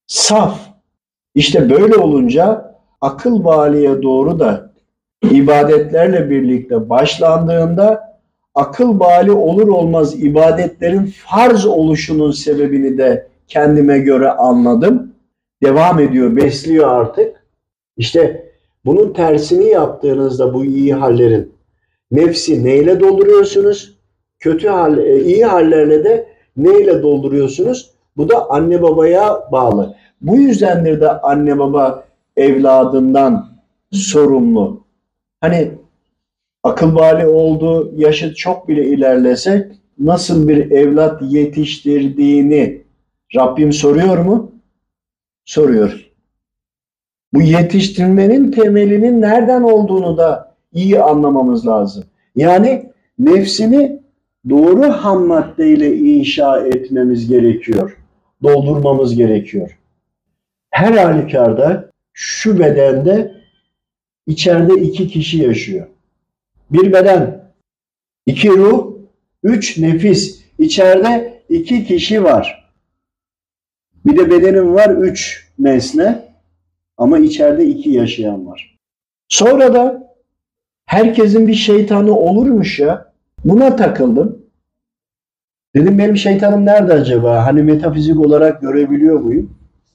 saf. İşte böyle olunca akıl baliye doğru da ibadetlerle birlikte başlandığında akıl bali olur olmaz ibadetlerin farz oluşunun sebebini de kendime göre anladım. Devam ediyor, besliyor artık. İşte bunun tersini yaptığınızda bu iyi hallerin nefsi neyle dolduruyorsunuz? İyi hallerle de neyle dolduruyorsunuz? Bu da anne babaya bağlı. Bu yüzdendir de anne baba evladından sorumlu. Hani akıl bali oldu, yaşı çok bile ilerlese nasıl bir evlat yetiştirdiğini Rabbim soruyor mu? Soruyor. Bu yetiştirmenin temelinin nereden olduğunu da iyi anlamamız lazım. Yani nefsini doğru ham maddeyle inşa etmemiz gerekiyor. Doldurmamız gerekiyor. Her halükarda şu bedende içeride iki kişi yaşıyor. Bir beden, iki ruh, üç nefis. İçeride iki kişi var. Bir de bedenim var, üç nesne. Ama içeride iki yaşayan var. Sonra da herkesin bir şeytanı olurmuş ya. Buna takıldım. Dedim benim şeytanım nerede acaba? Hani metafizik olarak görebiliyor muyum?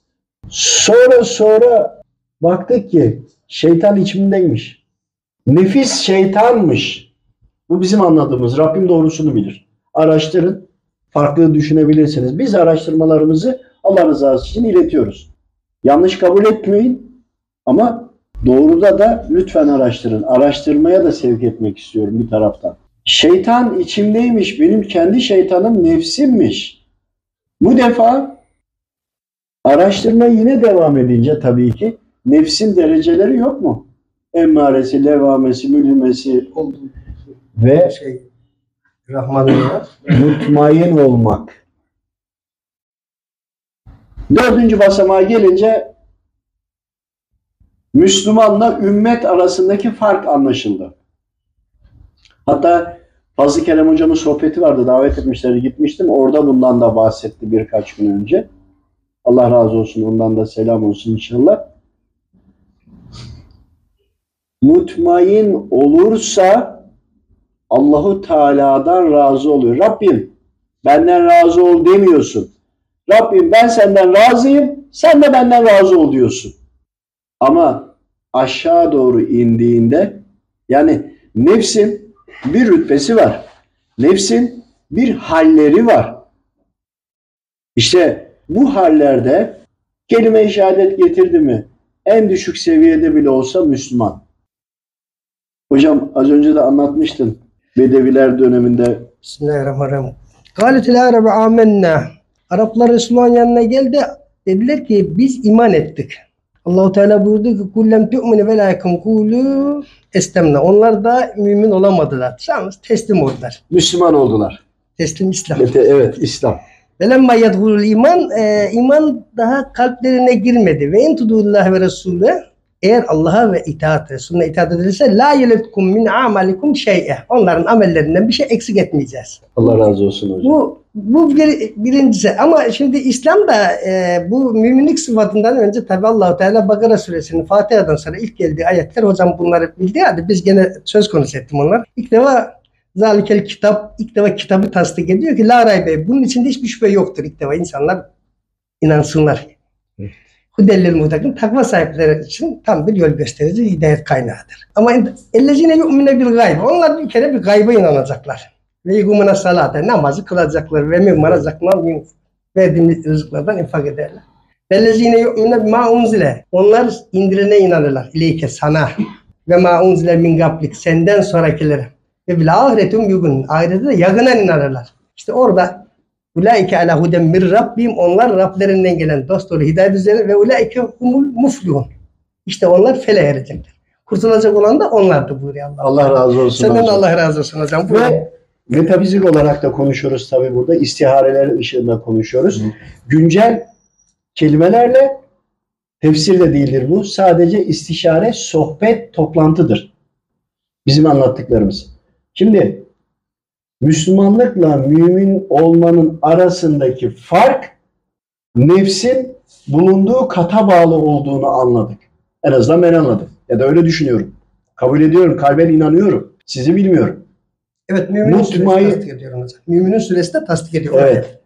Sonra baktık ki şeytan içimdeymiş. Nefis şeytanmış. Bu bizim anladığımız. Rabbim doğrusunu bilir. Araştırın. Farklı düşünebilirsiniz. Biz araştırmalarımızı Allah rızası için iletiyoruz. Yanlış kabul etmeyin ama doğruda da lütfen araştırın. Araştırmaya da sevk etmek istiyorum bir taraftan. Şeytan içimdeymiş. Benim kendi şeytanım nefsimmiş. Bu defa araştırma yine devam edince tabii ki nefsin dereceleri yok mu? Emmaresi, levamesi, mülhimesi ve mutmain olmak. Dördüncü basamağa gelince Müslümanla ümmet arasındaki fark anlaşıldı. Hatta Fazıl Kerem hocamın sohbeti vardı. Davet etmişlerdi. Gitmiştim. Orada bundan da bahsetti birkaç gün önce. Allah razı olsun. Ondan da selam olsun inşallah. Mutmain olursa Allahu Teala'dan razı oluyor. Rabbim benden razı ol demiyorsun. Rabbim ben senden razıyım, sen de benden razı ol diyorsun. Ama aşağı doğru indiğinde yani nefsin bir rütbesi var. Nefsin bir halleri var. İşte bu hallerde kelime-i şehadet getirdi mi en düşük seviyede bile olsa Müslüman. Hocam az önce de anlatmıştın Bedeviler döneminde. Bismillahirrahmanirrahim. Kâletil Arabe âmennâ. Araplar Resulullah'ın yanına geldi. Dediler ki biz iman ettik. Allahu Teala buyurdu ki kullem tu'minu ve lâ kûlû estemna. Onlar da mümin olamadılar. Yalnız teslim oldular. Müslüman oldular. Teslim İslam. Evet, İslam. Velemma yedhulul iman. İman daha kalplerine girmedi. Ve entudûllâhi ve Resulü. Eğer Allah'a ve Resulüne itaat edilirse la yeletkum min amalikum şey'e. Onların amellerinden bir şey eksik etmeyeceğiz. Allah razı olsun hocam. Bu birincisi. Ama şimdi İslam da bu müminlik sıfatından önce tabi Allah-u Teala Bakara suresinin Fatiha'dan sonra ilk geldiği ayetler hocam bunları bildi. Hadi biz gene söz konusu ettim onlar. İlk defa zalikel kitap, ilk defa kitabı tasdik ediyor ki la raybe. Bunun içinde hiçbir şüphe yoktur. İlk defa insanlar inansınlar. Hudellil mutakın takva sahipleri için tam bir yol gösterici hidayet kaynağıdır. Ama ellezine yu'mine bil gayb. Onlar bir kere bir gayba inanacaklar. Ve yugumuna salate namazı kılacaklar ve mimmara zakman verdiğimiz rızıklardan infak ederler. Ellezine yu'mine ma unzile. Onlar indirene inanırlar. İleyke sana ve ma unzile min gablik senden sonrakilere. Ve bil ahiretum yugun. Ahirete de yakından inanırlar. İşte orada ulaike ala huden min rabbim. Onlar Rablerinden gelen dosdoğru hidayet üzere ve ulaike humul muflihun. İşte onlar fele erecekler. Kurtulacak olan da onlardı buyuruyor Allah. Allah razı olsun. Senden Allah razı olsun hocam. Ve metafizik olarak da konuşuyoruz tabii burada. İstihareler ışığında konuşuyoruz. Güncel kelimelerle tefsir de değildir bu. Sadece istişare, sohbet, toplantıdır. Bizim anlattıklarımız. Şimdi Müslümanlıkla mümin olmanın arasındaki fark nefsin bulunduğu kata bağlı olduğunu anladık. En azından ben anladım. Ya da öyle düşünüyorum. Kabul ediyorum, kalben inanıyorum. Sizi bilmiyorum. Evet, müminin süresi tasdik ediyorum hocam. Müminin süresi de tasdik ediyor. Evet.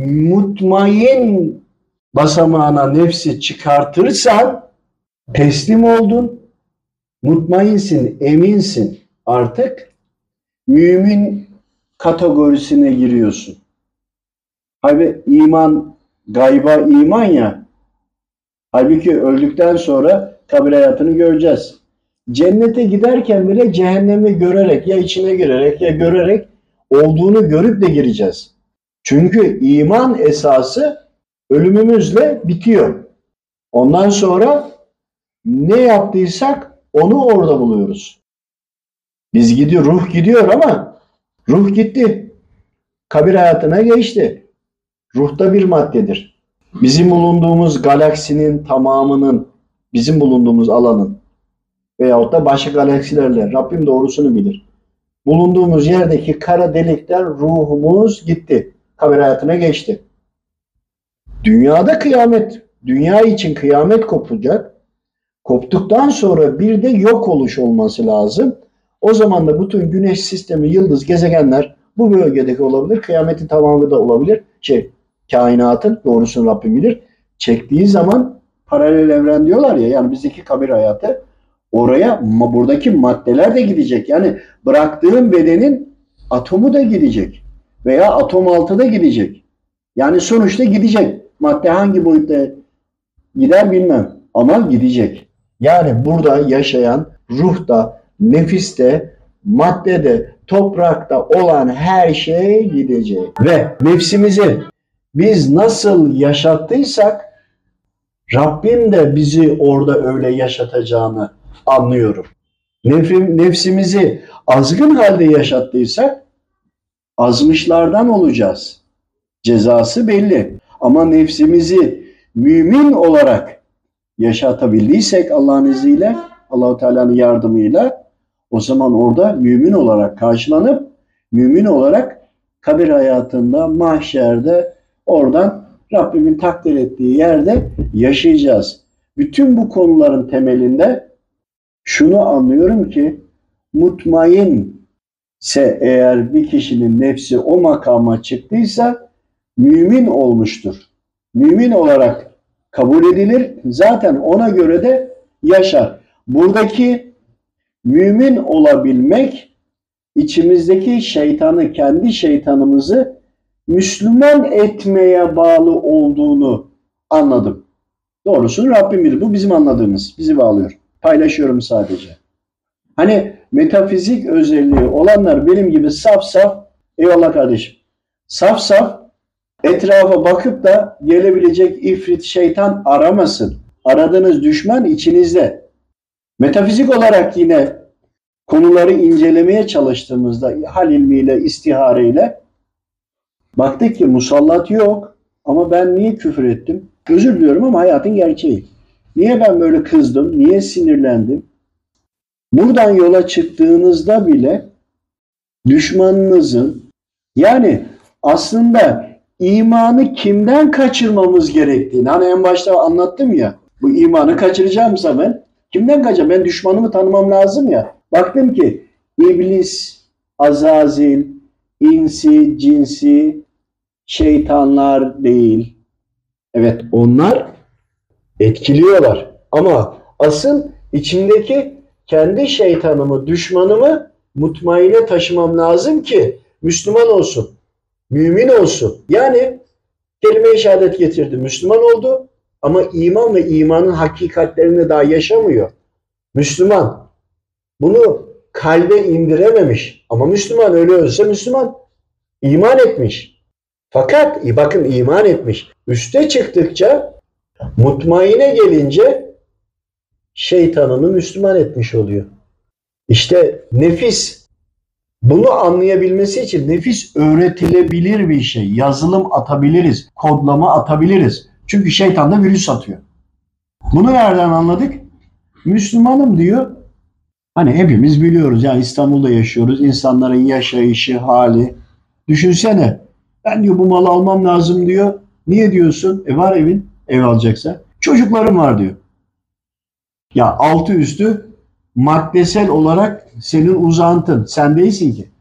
Mutmain basamağına nefsi çıkartırsan teslim oldun. Mutmainsin, eminsin. Artık mümin kategorisine giriyorsun. Halbuki iman, gayba iman ya. Halbuki öldükten sonra kabir hayatını göreceğiz. Cennete giderken bile cehennemi görerek, ya içine girerek ya görerek olduğunu görüp de gireceğiz. Çünkü iman esası ölümümüzle bitiyor. Ondan sonra ne yaptıysak onu orada buluyoruz. Biz gidiyor, ruh gidiyor ama ruh gitti. Kabir hayatına geçti. Ruhta bir maddedir. Bizim bulunduğumuz galaksinin tamamının, bizim bulunduğumuz alanın veyahut da başka galaksilerle, Rabbim doğrusunu bilir. Bulunduğumuz yerdeki kara delikten ruhumuz gitti. Kabir hayatına geçti. Dünyada kıyamet, dünya için kıyamet kopacak. Koptuktan sonra bir de yok oluş olması lazım. O zaman da bütün güneş sistemi, yıldız, gezegenler bu bölgedeki olabilir. Kıyametin tamamı da olabilir. Kainatın doğrusunu Rabbim bilir. Çektiği zaman paralel evren diyorlar ya, yani bizdeki kabir hayatı, oraya buradaki maddeler de gidecek. Yani bıraktığın bedenin atomu da gidecek. Veya atom altı da gidecek. Yani sonuçta gidecek. Madde hangi boyutta gider bilmem. Ama gidecek. Yani burada yaşayan ruhta, nefiste, maddede, toprakta olan her şey gidecek. Ve nefsimizi biz nasıl yaşattıysak Rabbim de bizi orada öyle yaşatacağını anlıyorum. Nefsimizi azgın halde yaşattıysak azmışlardan olacağız. Cezası belli. Ama nefsimizi mümin olarak yaşatabildiysek Allah'ın izniyle, Allah-u Teala'nın yardımıyla, o zaman orada mümin olarak karşılanıp mümin olarak kabir hayatında, mahşerde, oradan Rabbimin takdir ettiği yerde yaşayacağız. Bütün bu konuların temelinde şunu anlıyorum ki, mutmainse eğer bir kişinin nefsi o makama çıktıysa mümin olmuştur. Mümin olarak kabul edilir. Zaten ona göre de yaşar. Buradaki mümin olabilmek, içimizdeki şeytanı, kendi şeytanımızı Müslüman etmeye bağlı olduğunu anladım. Doğrusunu Rabbim bilir. Bu bizim anladığımız. Bizi bağlıyor. Paylaşıyorum sadece. Hani metafizik özelliği olanlar benim gibi saf saf, eyvallah kardeşim, saf saf etrafa bakıp da gelebilecek ifrit şeytan aramasın. Aradığınız düşman içinizde. Metafizik olarak yine konuları incelemeye çalıştığımızda hal ilmiyle, istihareyle baktık ki musallat yok. Ama ben niye küfür ettim? Özür diliyorum ama hayatın gerçeği. Niye ben böyle kızdım? Niye sinirlendim? Buradan yola çıktığınızda bile düşmanınızın, yani aslında imanı kimden kaçırmamız gerektiğini, hani en başta anlattım ya, bu imanı kaçıracağımsa ben kimden kaçacağım? Ben düşmanımı tanımam lazım ya. Baktım ki iblis, azazil, insi, cinsi, şeytanlar değil. Evet, onlar etkiliyorlar. Ama asıl içimdeki kendi şeytanımı, düşmanımı mutmaine taşımam lazım ki Müslüman olsun, mümin olsun. Yani kelime-i şehadet getirdi, Müslüman oldu ama iman ve imanın hakikatlerini daha yaşamıyor. Müslüman. Bunu kalbe indirememiş. Ama Müslüman, öyle ölse Müslüman. İman etmiş. Fakat bakın, iman etmiş. Üste çıktıkça, mutmaine gelince şeytanını Müslüman etmiş oluyor. İşte nefis, bunu anlayabilmesi için nefis öğretilebilir bir şey. Yazılım atabiliriz, kodlama atabiliriz. Çünkü şeytan da virüs atıyor. Bunu nereden anladık? Müslümanım diyor. Hani hepimiz biliyoruz, yani İstanbul'da yaşıyoruz. İnsanların yaşayışı, hali. Düşünsene, ben diyor bu malı almam lazım diyor. Niye diyorsun? Var evin, ev alacaksa. Çocuklarım var diyor. Ya altı üstü maddesel olarak senin uzantın. Sen değilsin ki.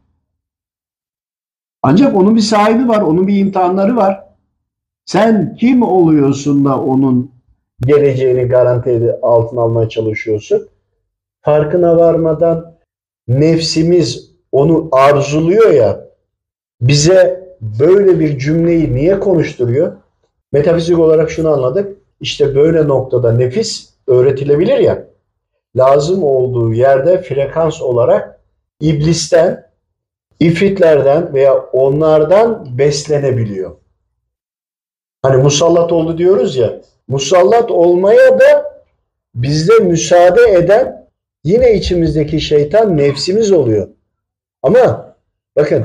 Ancak onun bir sahibi var, onun bir imtihanları var. Sen kim oluyorsun da onun geleceğini garanti altına almaya çalışıyorsun? Farkına varmadan nefsimiz onu arzuluyor ya, bize böyle bir cümleyi niye konuşturuyor? Metafizik olarak şunu anladık. İşte böyle noktada nefis öğretilebilir ya, lazım olduğu yerde frekans olarak iblisten, ifritlerden veya onlardan beslenebiliyor. Hani musallat oldu diyoruz ya, musallat olmaya da bizde müsaade eden yine içimizdeki şeytan nefsimiz oluyor. Ama bakın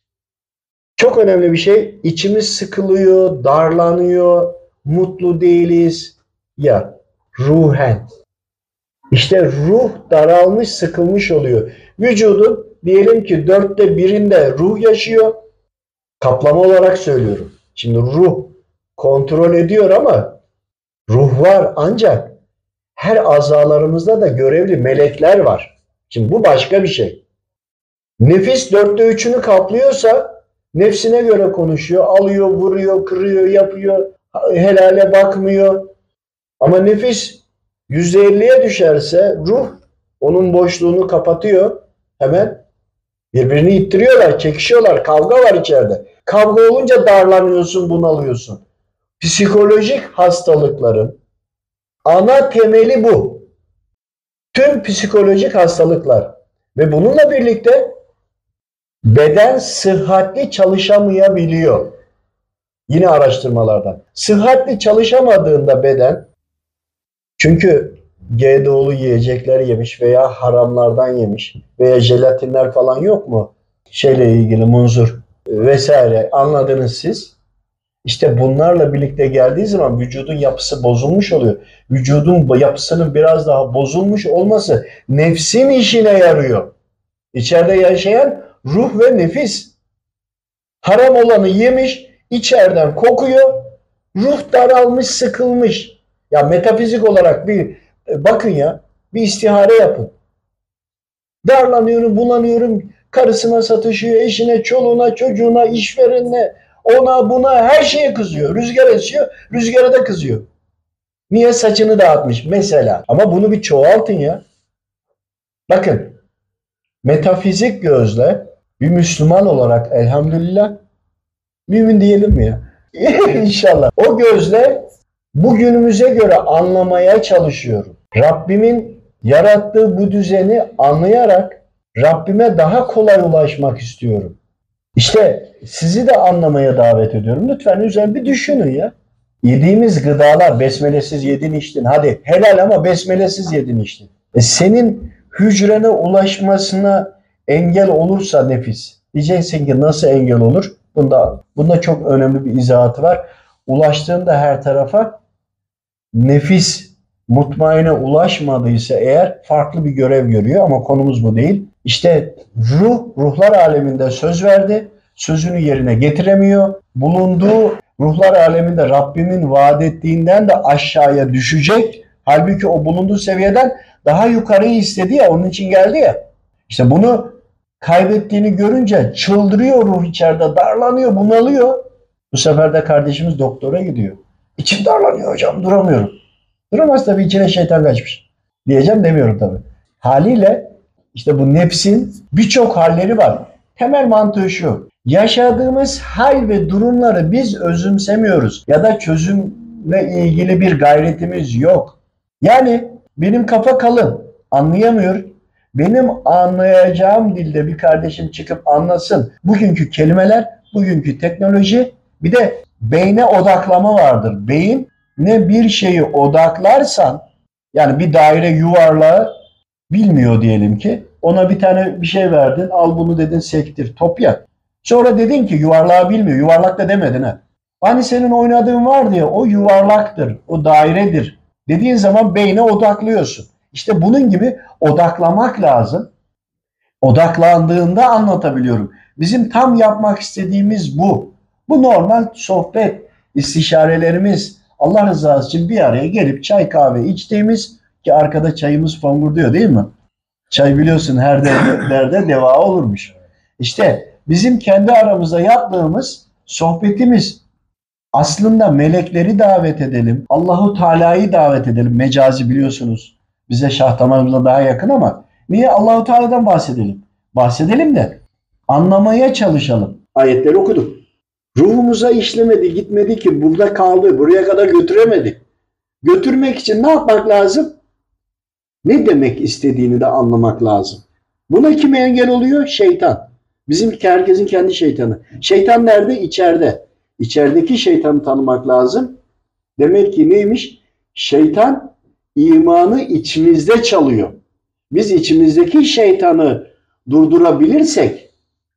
çok önemli bir şey, içimiz sıkılıyor, darlanıyor, mutlu değiliz ya ruhen. İşte ruh daralmış, sıkılmış oluyor. Vücudun diyelim ki 1/4'inde ruh yaşıyor. Kaplama olarak söylüyorum. Şimdi ruh kontrol ediyor ama ruh var, ancak her azalarımızda da görevli melekler var. Şimdi bu başka bir şey. Nefis 3/4'ünü kaplıyorsa nefsine göre konuşuyor, alıyor, vuruyor, kırıyor, yapıyor, helale bakmıyor. Ama nefis %50'ye düşerse ruh onun boşluğunu kapatıyor. Hemen birbirini ittiriyorlar, çekişiyorlar, kavga var içeride. Kavga olunca darlanıyorsun, bunalıyorsun. Psikolojik hastalıkların ana temeli bu. Tüm psikolojik hastalıklar ve bununla birlikte beden sıhhatli çalışamayabiliyor. Yine araştırmalardan. Sıhhatli çalışamadığında beden, çünkü GDO'lu yiyecekler yemiş veya haramlardan yemiş veya jelatinler falan yok mu? Şeyle ilgili munzur vesaire, anladınız siz. İşte bunlarla birlikte geldiği zaman vücudun yapısı bozulmuş oluyor. Vücudun yapısının biraz daha bozulmuş olması nefsin işine yarıyor. İçeride yaşayan ruh ve nefis. Haram olanı yemiş, içeriden kokuyor, ruh daralmış, sıkılmış. Ya metafizik olarak bir bakın ya, bir istihare yapın. Darlanıyorum, bulanıyorum, karısına satışıyor, eşine, çoluğuna, çocuğuna, işverenine, ona buna her şeye kızıyor. Rüzgar esiyor, rüzgara da kızıyor. Niye? Saçını dağıtmış mesela. Ama bunu bir çoğaltın ya. Bakın, metafizik gözle bir Müslüman olarak elhamdülillah, mümin diyelim mi ya? İnşallah. O gözle bugünümüze göre anlamaya çalışıyorum. Rabbimin yarattığı bu düzeni anlayarak Rabbime daha kolay ulaşmak istiyorum. İşte sizi de anlamaya davet ediyorum. Lütfen üzerine bir düşünün ya. Yediğimiz gıdalar, besmelesiz yedin içtin. Hadi helal ama besmelesiz yedin içtin. Senin hücrene ulaşmasına engel olursa nefis. Diyeceksin ki nasıl engel olur? Bunda çok önemli bir izahatı var. Ulaştığında her tarafa, nefis mutmaine ulaşmadıysa eğer farklı bir görev görüyor, ama konumuz bu değil. İşte ruhlar aleminde söz verdi. Sözünü yerine getiremiyor. Bulunduğu ruhlar aleminde Rabbimin vaat ettiğinden de aşağıya düşecek. Halbuki o bulunduğu seviyeden daha yukarıyı istedi ya, onun için geldi ya. İşte bunu kaybettiğini görünce çıldırıyor ruh, içeride darlanıyor, bunalıyor. Bu sefer de kardeşimiz doktora gidiyor. İçim darlanıyor hocam, duramıyorum. Duramaz tabii, içine şeytan kaçmış. Diyeceğim, demiyorum tabii. Haliyle işte bu nefsin birçok halleri var. Temel mantığı şu: yaşadığımız hal ve durumları biz özümsemiyoruz ya da çözümle ilgili bir gayretimiz yok. Yani benim kafa kalın, anlayamıyor. Benim anlayacağım dilde bir kardeşim çıkıp anlasın. Bugünkü kelimeler, bugünkü teknoloji, bir de beyne odaklama vardır. Beyin ne bir şeyi odaklarsan, yani bir daire yuvarlağı bilmiyor diyelim ki, ona bir tane bir şey verdin, al bunu dedin, sektir, top ya. Sonra dedin ki yuvarlağı bilmiyor, yuvarlak da demedin ha. Hani senin oynadığın var diye, o yuvarlaktır, o dairedir dediğin zaman beyne odaklıyorsun. İşte bunun gibi odaklamak lazım. Odaklandığında anlatabiliyorum. Bizim tam yapmak istediğimiz bu. Bu normal sohbet. istişarelerimiz, Allah rızası için bir araya gelip çay kahve içtiğimiz, ki arkada çayımız fongurduyor değil mi? Çay biliyorsun her derde deva olurmuş. İşte bizim kendi aramızda yaptığımız sohbetimiz aslında melekleri davet edelim, Allahu Teala'yı davet edelim. Mecazi biliyorsunuz bize şah damarımıza daha yakın ama niye Allahu Teala'dan bahsedelim? Bahsedelim de anlamaya çalışalım. Ayetleri okuduk. Ruhumuza işlemedi, gitmedi ki burada kaldı, buraya kadar götüremedik. Götürmek için ne yapmak lazım? Ne demek istediğini de anlamak lazım. Buna kim engel oluyor? Şeytan. Herkesin kendi şeytanı. Şeytan nerede? İçeride. İçerideki şeytanı tanımak lazım. Demek ki neymiş? Şeytan imanı içimizde çalıyor. Biz içimizdeki şeytanı durdurabilirsek,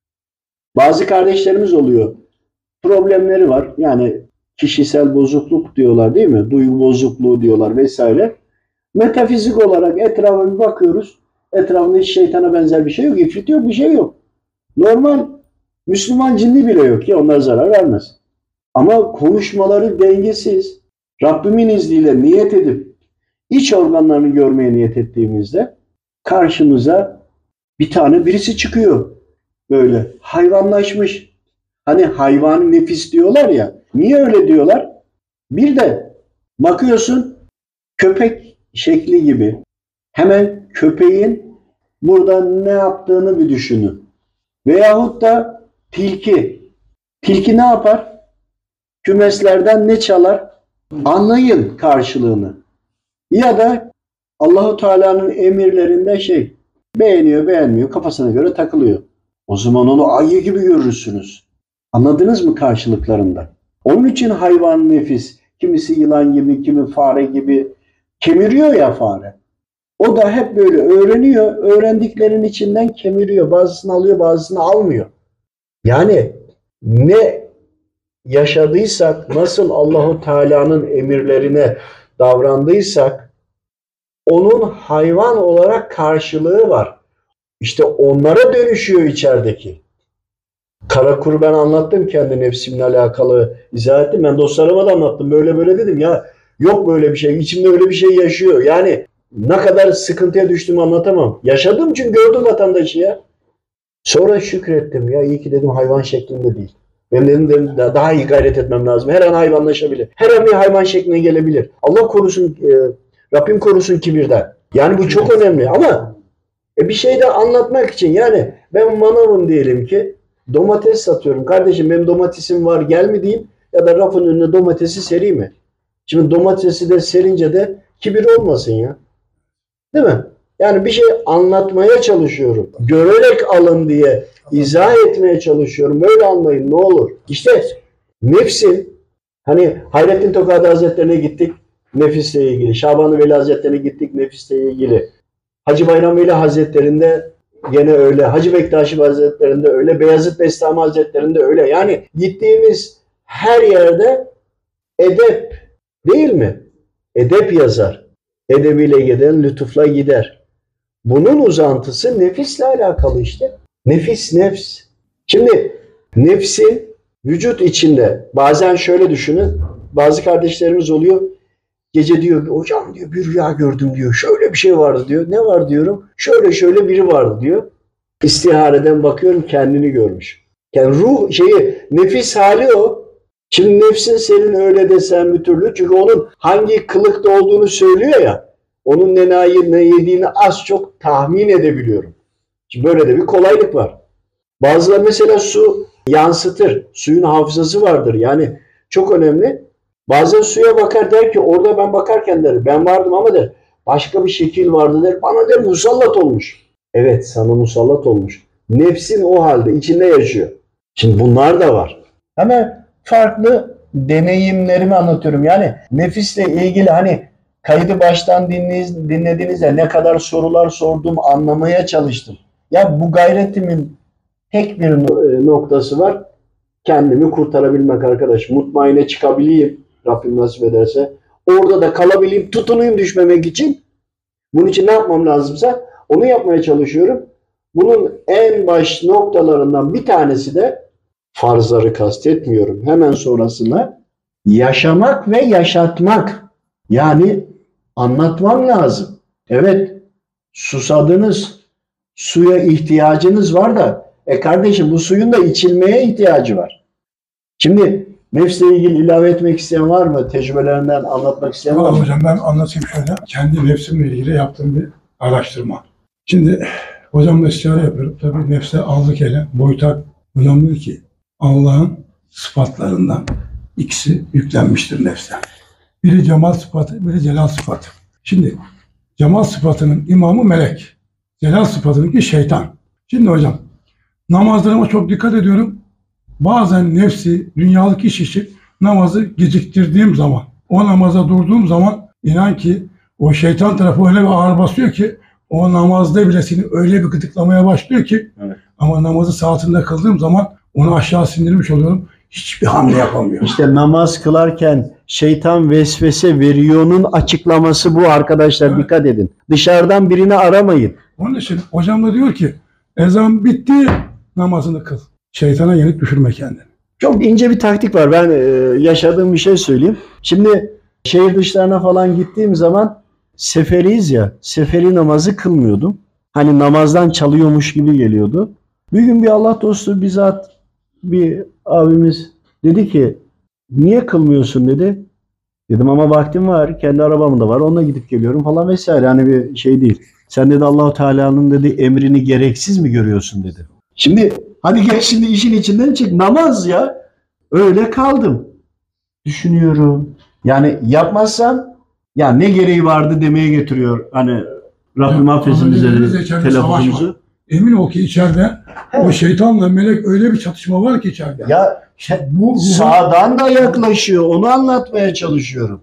bazı kardeşlerimiz oluyor. Problemleri var. Yani kişisel bozukluk diyorlar değil mi? Duygu bozukluğu diyorlar vesaire. Metafizik olarak etrafa bir bakıyoruz. Etrafında hiç şeytana benzer bir şey yok. İfrit yok, bir şey yok. Normal Müslüman cinni bile yok ki onlar zarar vermez. Ama konuşmaları dengesiz. Rabbimin izniyle niyet edip iç organlarını görmeye niyet ettiğimizde karşımıza bir tane birisi çıkıyor. Böyle hayvanlaşmış. Hani hayvani nefis diyorlar ya. Niye öyle diyorlar? Bir de bakıyorsun köpek şekli gibi. Hemen köpeğin burada ne yaptığını bir düşünün. Veyahut da tilki. Tilki ne yapar? Kümeslerden ne çalar? Anlayın karşılığını. Ya da Allahu Teala'nın emirlerinde beğeniyor, beğenmiyor, kafasına göre takılıyor. O zaman onu ayı gibi görürsünüz. Anladınız mı karşılıklarında? Onun için hayvan nefis, kimisi yılan gibi, kimi fare gibi kemiriyor ya fare. O da hep böyle öğreniyor, öğrendiklerinin içinden kemiriyor. Bazısını alıyor, bazısını almıyor. Yani ne yaşadıysak, nasıl Allahu Teala'nın emirlerine davrandıysak, onun hayvan olarak karşılığı var. İşte onlara dönüşüyor içerideki. Kara kuru ben anlattım kendi nefsimle alakalı izah ettim. Ben dostlarıma da anlattım. Böyle böyle dedim ya, yok böyle bir şey. İçimde öyle bir şey yaşıyor. Yani ne kadar sıkıntıya düştüğümü anlatamam. Yaşadım çünkü gördüm vatandaşı ya. Sonra şükrettim. Ya iyi ki dedim hayvan şeklinde değil. Ben dedim daha iyi gayret etmem lazım. Her an hayvanlaşabilir. Her an bir hayvan şekline gelebilir. Allah korusun, Rabbim korusun kibirden. Yani bu çok önemli ama bir şey de anlatmak için, yani ben manavım diyelim ki, domates satıyorum. Kardeşim benim domatesim var gel mi diyeyim, ya da rafın önüne domatesi sereyim mi? Şimdi domatesi de serince de kibir olmasın ya. Değil mi? Yani bir şey anlatmaya çalışıyorum. Görerek alın diye izah etmeye çalışıyorum. Böyle anlayın ne olur. İşte nefsin, hani Hayrettin Tokadi Hazretlerine gittik nefisle ilgili. Şaban-ı Veli Hazretlerine gittik nefisle ilgili. Hacı Bayram Veli Hazretlerinde gene öyle. Hacı Bektaşi Hazretlerinde öyle. Beyazıt Bestami Hazretlerinde öyle. Yani gittiğimiz her yerde edep değil mi? Edep yazar. Edebiyle giden lütufla gider. Bunun uzantısı nefisle alakalı işte. Nefis, nefs. Şimdi nefsin vücut içinde, bazen şöyle düşünün, bazı kardeşlerimiz oluyor, gece diyor hocam diyor bir rüya gördüm diyor, şöyle bir şey vardı diyor. Ne var diyorum, şöyle şöyle biri vardı diyor. İstihareden bakıyorum kendini görmüş. Yani ruh nefis hali o. Şimdi nefsin senin öyle desen bir türlü, çünkü onun hangi kılıkta olduğunu söylüyor ya, onun ne yediğini az çok tahmin edebiliyorum. Şimdi böyle de bir kolaylık var. Bazıları mesela su yansıtır. Suyun hafızası vardır. Yani çok önemli. Bazen suya bakar der ki orada ben bakarken der ben vardım ama der başka bir şekil vardı der. Bana der musallat olmuş. Evet sana musallat olmuş. Nefsin o halde içinde yaşıyor. Şimdi bunlar da var. Ama farklı deneyimlerimi anlatıyorum. Yani nefisle ilgili hani kaydı baştan dinlediğinizde ne kadar sorular sordum, anlamaya çalıştım. Ya bu gayretimin tek bir noktası var. Kendimi kurtarabilmek arkadaş. Mutmain'e çıkabileyim. Rabbim nasip ederse. Orada da kalabileyim, tutunayım düşmemek için. Bunun için ne yapmam lazımsa onu yapmaya çalışıyorum. Bunun en baş noktalarından bir tanesi de farzları kastetmiyorum. Hemen sonrasında Yaşamak ve yaşatmak. Yani anlatmam lazım. Evet, susadınız, suya ihtiyacınız var da kardeşim bu suyun da içilmeye ihtiyacı var. Şimdi nefsle ilgili ilave etmek isteyen var mı? Tecrübelerinden anlatmak isteyen var mı? Hocam ben anlatayım şöyle. Kendi nefsimle ilgili yaptığım bir araştırma. Şimdi hocamla istişare yapıyorum. Tabii nefse aldık ele. Boyuta hocam diyor ki Allah'ın sıfatlarından ikisi yüklenmiştir nefse. Biri cemal sıfatı, biri celal sıfatı. Şimdi cemal sıfatının imamı melek. Celal sıfatınınki şeytan. Şimdi hocam namazlarıma çok dikkat ediyorum. Bazen nefsi dünyalık iş için namazı geciktirdiğim zaman, o namaza durduğum zaman inan ki o şeytan tarafı öyle bir ağır basıyor ki o namazda bile seni öyle bir gıdıklamaya başlıyor ki Evet. ama namazı saatinde kıldığım zaman onu aşağı sindirmiş oluyorum. Hiçbir hamle yapamıyorum. İşte namaz kılarken şeytan vesvese veriyor'nun açıklaması bu arkadaşlar. Evet. Dikkat edin. Dışarıdan birini aramayın. Onun için hocam da diyor ki ezan bitti namazını kıl. Şeytana yenik düşürme kendini. Çok ince bir taktik var. Ben yaşadığım bir şey söyleyeyim. Şimdi şehir dışlarına falan gittiğim zaman seferiyiz ya. Seferi namazı kılmıyordum. Hani namazdan çalıyormuş gibi geliyordu. Bir gün bir Allah dostu bizzat bir abimiz dedi ki niye kılmıyorsun dedi. Dedim ama vaktim var. Kendi arabam da var. Onunla gidip geliyorum falan vesaire. Hani bir şey değil. Sen dedi Allah-u Teala'nın dedi emrini gereksiz mi görüyorsun dedi. Şimdi hadi gel şimdi işin içinden çık. Namaz ya. Öyle kaldım. Düşünüyorum. Yani yapmazsam ya ne gereği vardı demeye getiriyor. Hani Rabbim Ya, affetsin ama bize dediğiniz içeride telaffuzumuzu. Emin ol ki içeride o şeytanla melek öyle bir çatışma var ki içeride. Ya bu sağdan da yaklaşıyor. Onu anlatmaya çalışıyorum.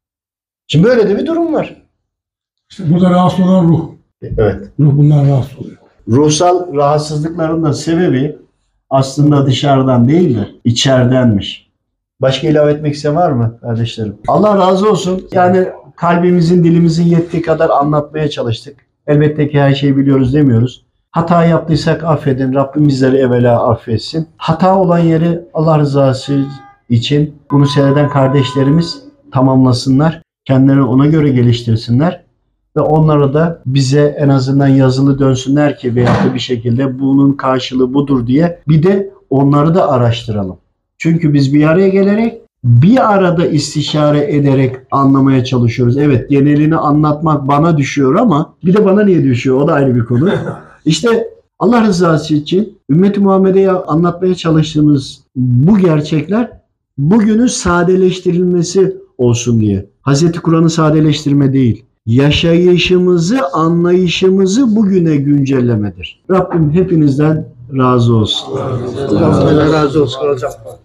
Şimdi böyle de bir durum var. işte burada rahatsız olan ruh. Evet. Ruh bundan rahatsız oluyor. Ruhsal rahatsızlıkların da sebebi aslında dışarıdan değil de içeridenmiş. Başka ilave etmek isteyen var mı kardeşlerim? Allah razı olsun. Yani kalbimizin, dilimizin yettiği kadar anlatmaya çalıştık. Elbette ki her şeyi biliyoruz demiyoruz. Hata yaptıysak affedin. Rabbim bizleri evvela affetsin. Hata olan yeri Allah rızası için bunu seyreden kardeşlerimiz tamamlasınlar. Kendilerini ona göre geliştirsinler. Ve onlara da bize en azından yazılı dönsünler ki veyahut da bir şekilde bunun karşılığı budur diye bir de onları da araştıralım. Çünkü biz bir araya gelerek bir arada istişare ederek anlamaya çalışıyoruz. Evet genelini anlatmak bana düşüyor ama bir de bana niye düşüyor o da ayrı bir konu. İşte Allah rızası için Ümmet-i Muhammed'e anlatmaya çalıştığımız bu gerçekler bugünün sadeleştirilmesi olsun diye. Hazreti Kur'an'ı sadeleştirme değil. Yaşayışımızı, anlayışımızı bugüne güncellemedir. Rabbim hepinizden razı olsun. Allah razı olsun hocam.